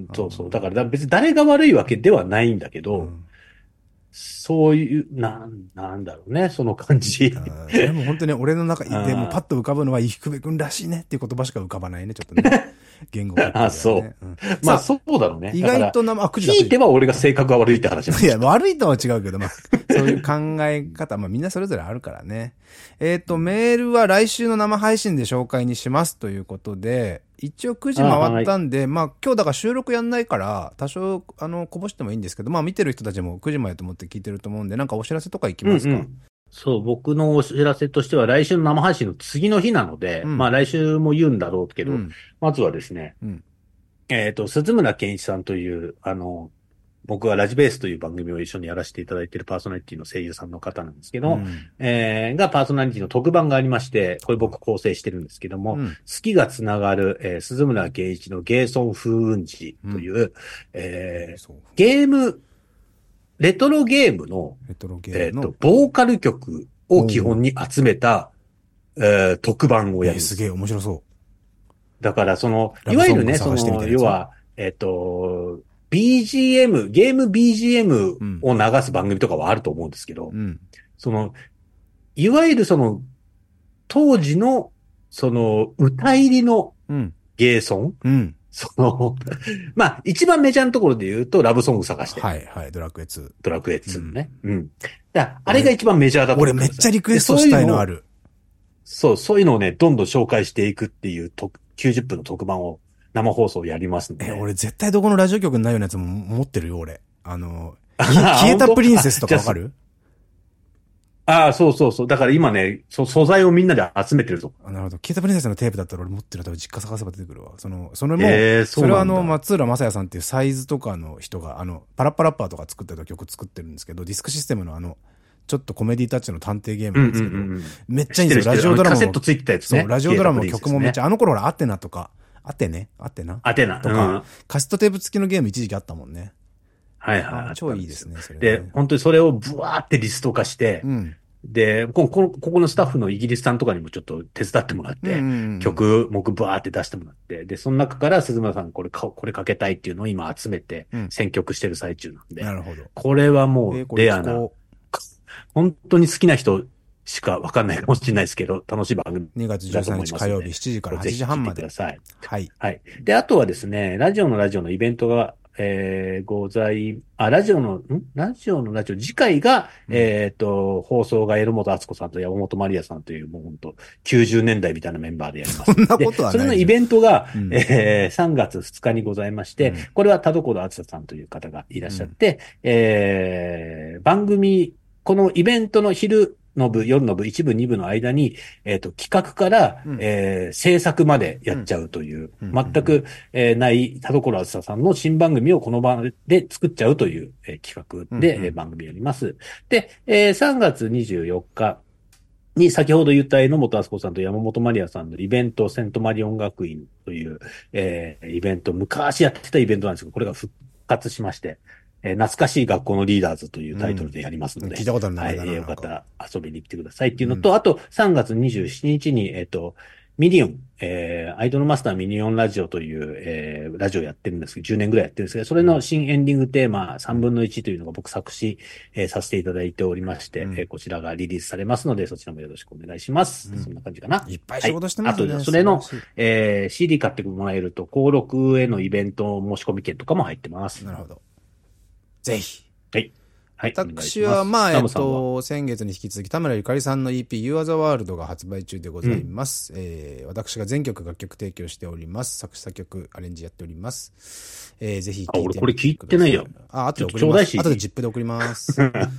そうそう。だから別に誰が悪いわけではないんだけど、うん、そういう、なん、なんだろうね、その感じ。 それも本当に俺の中でもパッと浮かぶのは、伊福部くんらしいねっていう言葉しか浮かばないね、ちょっとね。言語が、ね。 あ、そう。うん、まあ、そうだろうね。 意外とな、あ、 くじだ聞いては俺が性格が悪いって話なんいや、悪いとは違うけど、まあ、そういう考え方、まあみんなそれぞれあるからね。えっと、メールは来週の生配信で紹介にしますということで、一応くじ回ったんで、あまあ今日だから収録やんないから、多少、あの、こぼしてもいいんですけど、まあ見てる人たちもくじまでと思って聞いてると思うんで、なんかお知らせとかいきますか？うんうん、 そう、僕のお知らせとしては来週の生配信の次の日なので、うん、まあ来週も言うんだろうけど、うん、まずはですね、うん、えっと、鈴村健一さんという、あの、僕がラジベースという番組を一緒にやらせていただいているパーソナリティの声優さんの方なんですけど、うん、えー、がパーソナリティの特番がありまして、これ僕構成してるんですけども、うん、好きがつながる、えー、鈴村健一のゲーソン風雲児という、うん、えー、ゲーム、レトロゲームの、レトロゲームのえっと、ボーカル曲を基本に集めた、えー、特番をやるんです。 えー、すげえ面白そう。 だからその、いわゆるね、その、要は、えっと、ビージーエム、ゲーム ビージーエム を流す番組とかはあると思うんですけど、うん、その、いわゆるその、当時の、その、歌入りのゲーソン、うんうん、その、まあ、一番メジャーなところで言うと、ラブソング探して。 はいはい、ドラクエツー。 ドラクエツーね。うん。うん、だあれが一番メジャーだと思う。 俺めっちゃリクエストしたいのある。 そう、そういうのをね、どんどん紹介していくっていうときゅうじゅっぷんの特番を生放送やりますんで。 え、俺絶対どこのラジオ局にないようなやつも持ってるよ、俺。あの、消えたプリンセスとかわかる？ ああ、そうそうそう。だから今ね、そ素材をみんなで集めてると。 あ、なるほど。消えたプリンセスのテープだったら俺持ってる。多分実家探せば出てくるわ。その、それも、えー、そうそれはあの、松浦正也さんっていうサイズとかの人が、あの、パラッパラッパーとか作ってた曲作ってるんですけど、ディスクシステムのあの、ちょっとコメディタッチの探偵ゲームなんですけど、うんうんうん、めっちゃいいんですよ。ラジオドラマも。カセットついてたやつね。そう、ラジオドラマの曲もめっちゃ、ね、あの頃ほら、アテナとか、アテネアテナアテナとか、うん、カセットテープ付きのゲーム一時期あったもんね。 はいはい。 超いいですね、それ、ね。 で、本当にそれをブワーってリスト化して、うん、で、ここ、ここのスタッフのイギリスさんとかにもちょっと手伝ってもらって、うんうんうん、曲、僕ブワーって出してもらって、で、その中から鈴村さんこれか、これかけたいっていうのを今集めて、選曲してる最中なんで、うん、なるほど。これはもうレアな、えー、本当に好きな人しかわかんないかもしれないですけど、楽しい番組。 にがつじゅうさんにち火曜日しちじからはちじはんまで。 ぜひ聞いてください。はい。はい。で、あとはですね、ラジオのラジオのイベントが、えー、ござい、あ、ラジオの、んラジオのラジオ、次回が、うん、えっと、放送が榎本敦子さんと山本まりやさんという、もう本当きゅうじゅうねんだいみたいなメンバーでやります。 そんなことはない。 それのイベントが、うん、えー、さんがつふつかにございまして、うん、これは田所あつささんという方がいらっしゃって、うん、えー、番組、このイベントの昼の部、夜の部、一部、二部の間に、えっと、企画から、うん、えー、制作までやっちゃうという、うん、全く、えー、ない田所あずささんの新番組をこの場で作っちゃうという、えー、企画で、うんうん、えー、番組やります。で、えー、さんがつにじゅうよっかに先ほど言った榎本敦子さんと山本まりやさんのイベント、セントマリオン学院という、えー、イベント、昔やってたイベントなんですけど、これが復活しまして、えー、懐かしい学校のリーダーズというタイトルでやりますので。 うん、聞いたことあるはい、えー、よかったら遊びに来てくださいっていうのと、うん、あとさんがつにじゅうしちにちに、えっと、ミニオン、えー、アイドルマスターミニオンラジオという、えー、ラジオやってるんですけど、じゅうねんぐらいやってるんですけど、それの新エンディングテーマさんぶんのいちというのが僕作詞、えー、させていただいておりまして、うん、えー、こちらがリリースされますので、そちらもよろしくお願いします。うん、そんな感じかな。 いっぱい仕事してますね。 はい、あと、それの、えー、シーディー 買ってもらえると、登録へのイベント申し込み券とかも入ってます。 なるほど。ぜひ。 はい。はい。 私は、まあ、えっと、先月に引き続き、田村ゆかりさんの イーピー、You Are the World が発売中でございます。うん、えー、私が全曲楽曲提供しております。作詞作曲、アレンジやっております。えー、ぜひ聴いてみてください。 あ、俺これ聞いてないよ。 あ、あとで送ります。あとでジップで送ります。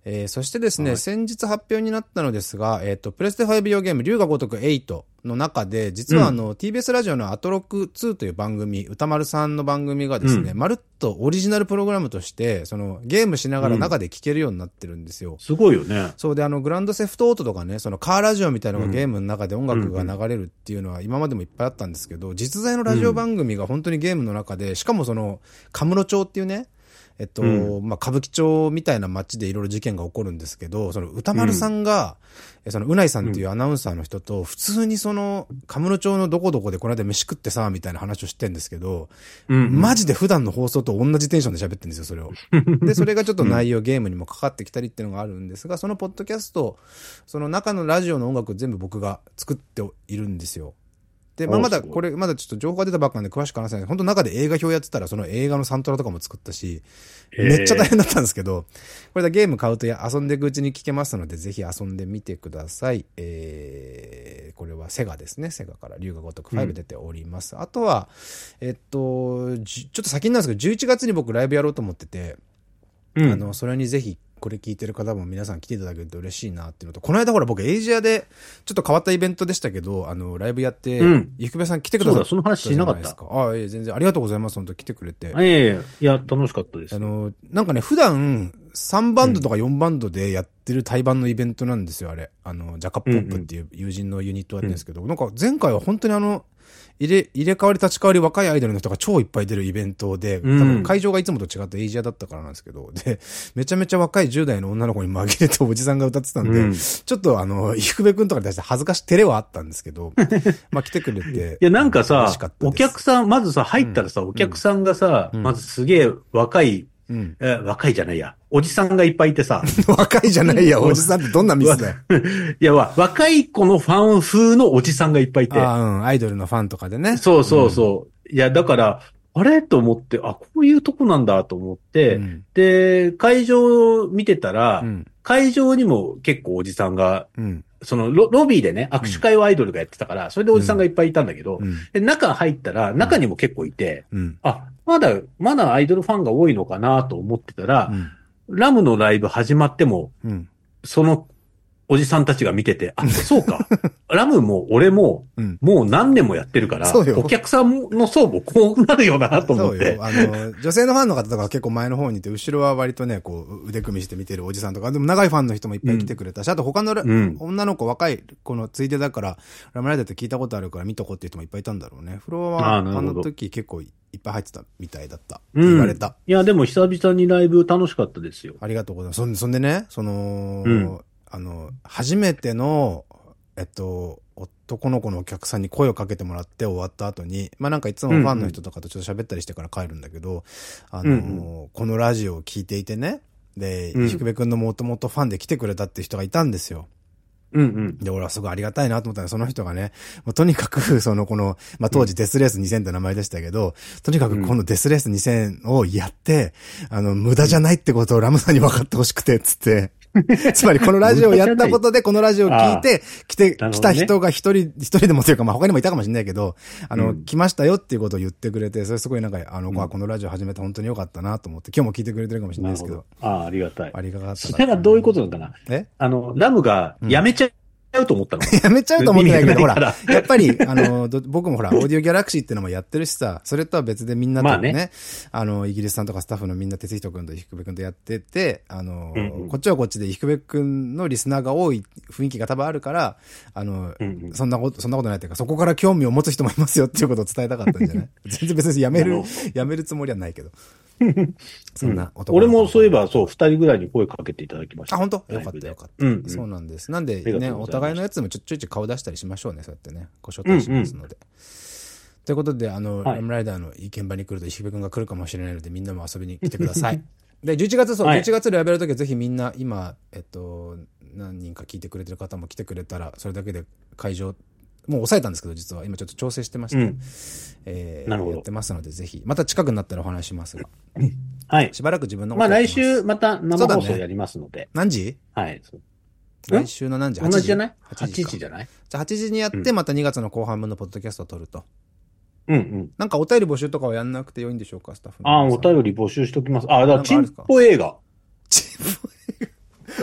えー、そしてですね、 はい、 先日発表になったのですが、えっと、プレステファイブ用ゲーム、龍が如くはちの中で、実はあの、うん、ティービーエス ラジオのアトロクツーという番組、歌丸さんの番組がですね、うん、まるっとオリジナルプログラムとして、その、ゲームしながら中で聴けるようになってるんですよ。うん、 すごいよね。 そうで、あの、グランドセフトオートとかね、そのカーラジオみたいなのがゲームの中で音楽が流れるっていうのは今までもいっぱいあったんですけど、実在のラジオ番組が本当にゲームの中で、しかもその、カムロ町っていうね、えっと、うん、まあ、歌舞伎町みたいな街でいろいろ事件が起こるんですけど、その歌丸さんが、うん、そのうないさんっていうアナウンサーの人と、普通にその、カムロ町のどこどこでこの間飯食ってさ、みたいな話をしてんですけど、うんうん、マジで普段の放送と同じテンションで喋ってるんですよ、それを。で、それがちょっと内容、ゲームにもかかってきたりっていうのがあるんですが、そのポッドキャスト、その中のラジオの音楽全部僕が作っているんですよ。で、まあ、まだ、これ、まだちょっと情報が出たばっかなんで詳しく話せない。本当中で映画表やってたら、その映画のサントラとかも作ったし、めっちゃ大変だったんですけど、これでゲーム買うと遊んでいくうちに聞けますので、ぜひ遊んでみてください。えー、これはセガですね。セガから龍が如くご出ております。うん、あとは、えっと、ちょっと先になんですけど、じゅういちがつに僕ライブやろうと思ってて、うん、あの、それにぜひ、これ聞いてる方も皆さん来ていただけると嬉しいなっていうのと、この間ほら僕エイジアでちょっと変わったイベントでしたけど、あの、ライブやって、うん、ゆくべさん来てくださった。 そうだ、その話しなかった。 ああ、いえ、全然ありがとうございます。本当来てくれて。 いえいえ、いや、楽しかったです。 あの、なんかね、普段さんバンドとかよんバンドでやってる対バンのイベントなんですよ、あれ。あの、ジャカポップっていう友人のユニットやってるんですけど、うんうん、なんか前回は本当にあの、入れ、入れ替わり立ち替わり若いアイドルの人が超いっぱい出るイベントで、多分会場がいつもと違ってエイジアだったからなんですけど、で、めちゃめちゃ若いじゅう代の女の子に紛れておじさんが歌ってたんで、うん、ちょっとあの、伊福部くんとかに対して恥ずかしい照れはあったんですけど、まあ来てくれて。 いやなんかさ、お客さん、まずさ、入ったらさ、うん、お客さんがさ、うん、まずすげえ若い、うん、え若いじゃないや。おじさんがいっぱいいてさ。 若いじゃないや。おじさんってどんなミスだよ。 いや、若い子のファン風のおじさんがいっぱいいて。 ああ、うん。アイドルのファンとかでね。 そうそうそう。うん、いや、だから、あれと思って、あ、こういうとこなんだと思って、うん、で、会場見てたら、うん、会場にも結構おじさんが、うん、そのロ、ロビーでね、握手会をアイドルがやってたから、それでおじさんがいっぱいいたんだけど、うん、で中入ったら、中にも結構いて、うん、あ、まだ、まだアイドルファンが多いのかなと思ってたら、うん、ラムのライブ始まっても、うん、そのおじさんたちが見てて、あ、そうか。ラムも俺も、うん、もう何年もやってるから、お客さんの層もこうなるよなと思って。 そうよ。あの、女性のファンの方とかは結構前の方にいて、後ろは割とね、こう、腕組みして見てるおじさんとか、でも長いファンの人もいっぱい来てくれたし、うん、あと他の、うん、女の子若い子のついでだから、ラムライダーって聞いたことあるから見とこうっていう人もいっぱいいたんだろうね。フロアは、あ, あの時結構いっぱい入ってたみたいだった。うん、言われた。 いや、でも久々にライブ楽しかったですよ。 ありがとうございます。そんそんでね、その、うんあの、初めての、えっと、男の子のお客さんに声をかけてもらって終わった後に、まあなんかいつもファンの人とかとちょっと喋ったりしてから帰るんだけど、うんうん、あの、うんうん、このラジオを聞いていてね、で、伊福部くんのもともとファンで来てくれたっていう人がいたんですよ。 うんうん。 で、俺はすごいありがたいなと思ったら、その人がね、もうとにかく、その、この、まあ、当時デスレースにせんって名前でしたけど、とにかくこのデスレースにせんをやって、あの、無駄じゃないってことをラムさんに分かってほしくて、つって、つまりこのラジオをやったことで、このラジオを聞いて、来て、来た人が一人、一人でもというか、まあ、他にもいたかもしれないけど、あの、来ましたよっていうことを言ってくれて、それすごいなんか、あの子はこのラジオ始めて本当に良かったなと思って、今日も聞いてくれてるかもしれないですけど。 ああ、ありがたい。 ありがたい。 それはどういうことなのかなえあの、ラムがやめちゃう、やめちゃうと思ったのやめちゃうと思ってないけど、ほら、やっぱり、あの、僕もほら、オーディオギャラクシーってのもやってるしさ、それとは別でみんなとね、ねあの、イギリスさんとかスタッフのみんな、哲人くんと伊福部くんとやってて、あの、うんうん、こっちはこっちで伊福部くんのリスナーが多い雰囲気が多分あるから、あの、うんうん、そんなこと、そんなことないっていうか、そこから興味を持つ人もいますよっていうことを伝えたかったんじゃない全然別にやめる、やめるつもりはないけど。そんな男の子、うん、俺もそういえばそう、二人ぐらいに声かけていただきました。 あ、本当？よかったよかった、うんうん。そうなんです。なんでね、お互いのやつもちょちょいちょい顔出したりしましょうね、そうやってね。ご招待しますので。うんうん、ということで、あの、はい、ラムライダーの現場に来ると石部くんが来るかもしれないので、みんなも遊びに来てください。で、じゅういちがつ、そう、じゅういちがつでやめるときはぜひみんな、今、えっと、何人か聞いてくれてる方も来てくれたら、それだけで会場、もう抑えたんですけど、実は今ちょっと調整してまして、うん、えー、やってますので、ぜひ、また近くになったらお話しますが。 はい。 しばらく自分のまあ来週また生放送やりますので。ね、 何時？ はい。 来週の何時？ はち 時同じじゃない ?はち 時じゃない？ じゃあはちじにやって、またにがつの後半分のポッドキャストを撮ると。 うんうん。 なんかお便り募集とかはやんなくてよいんでしょうか、スタッフの。 ああ、お便り募集しときます。ああ、だからチンポ映画。 チンポ映画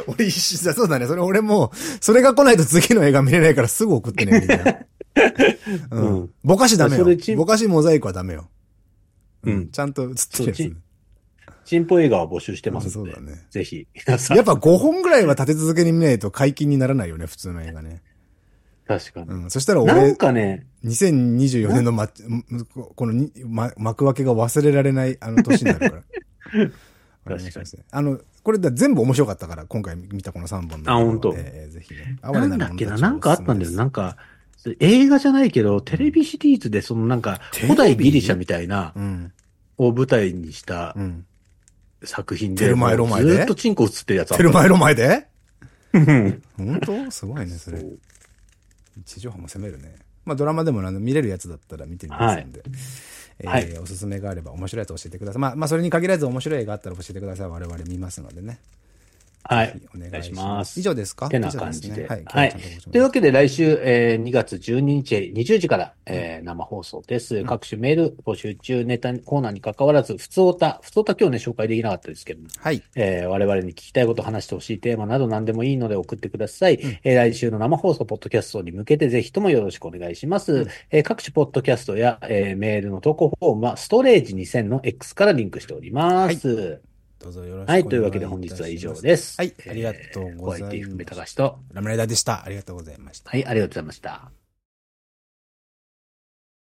俺一瞬だ、そうだね。それ俺もう、それが来ないと次の映画見れないからすぐ送ってね、みんな。うん。ぼかしダメよ。ぼかしモザイクはダメよ。うん。ちゃんと映ってるやつ。 チンポ映画は募集してますので。 そうだね。 ぜひ。 やっぱごほんぐらいは立て続けに見ないと解禁にならないよね、普通の映画ね。 確かに。 うん。そしたら俺、 なんかね、 にせんにじゅうよねんのま、このに、ま、幕開けが忘れられないあの年になるから。 確かに。 あの、これだ全部面白かったから、今回見たこのさんぼんの。 あ、本当。 えー、ぜひね。 なんだっけな、なんかあったんだよ。なんか、映画じゃないけど、テレビシリーズでそのなんか、古代ギリシャみたいな、を舞台にした作品で、 テルマエロマエでずっとチンコ映ってるやつあった。 テルマエロマエで本当すごいね、それ。地上波も攻めるね。まあドラマでも見れるやつだったら見てみますんで。はい。えー、おすすめがあれば面白いやつ教えてください。まあ、まあそれに限らず面白い映画あったら教えてください。我々見ますのでね。 はい。お願いします。 以上ですか？ てな感じで。はい。はい。というわけで来週、えー、にがつじゅうににちにじゅうじから、えー、生放送です。うん、各種メール募集中、ネタコーナーに関わらず、ふつおた、ふつおた今日ね、紹介できなかったですけども。 はい。 えー、我々に聞きたいこと、話してほしいテーマなど何でもいいので送ってください。うん、えー、来週の生放送、ポッドキャストに向けてぜひともよろしくお願いします。うん、えー、各種ポッドキャストや、えー、メールの投稿フォームは、ストレージにせんの X からリンクしております。はい、 どうぞよろしくお願いします。 はい。というわけで本日は以上です。 はい。ありがとうございます。 お相手、梅高しと。 ラムライダーでした。ありがとうございました。 はい。ありがとうございました。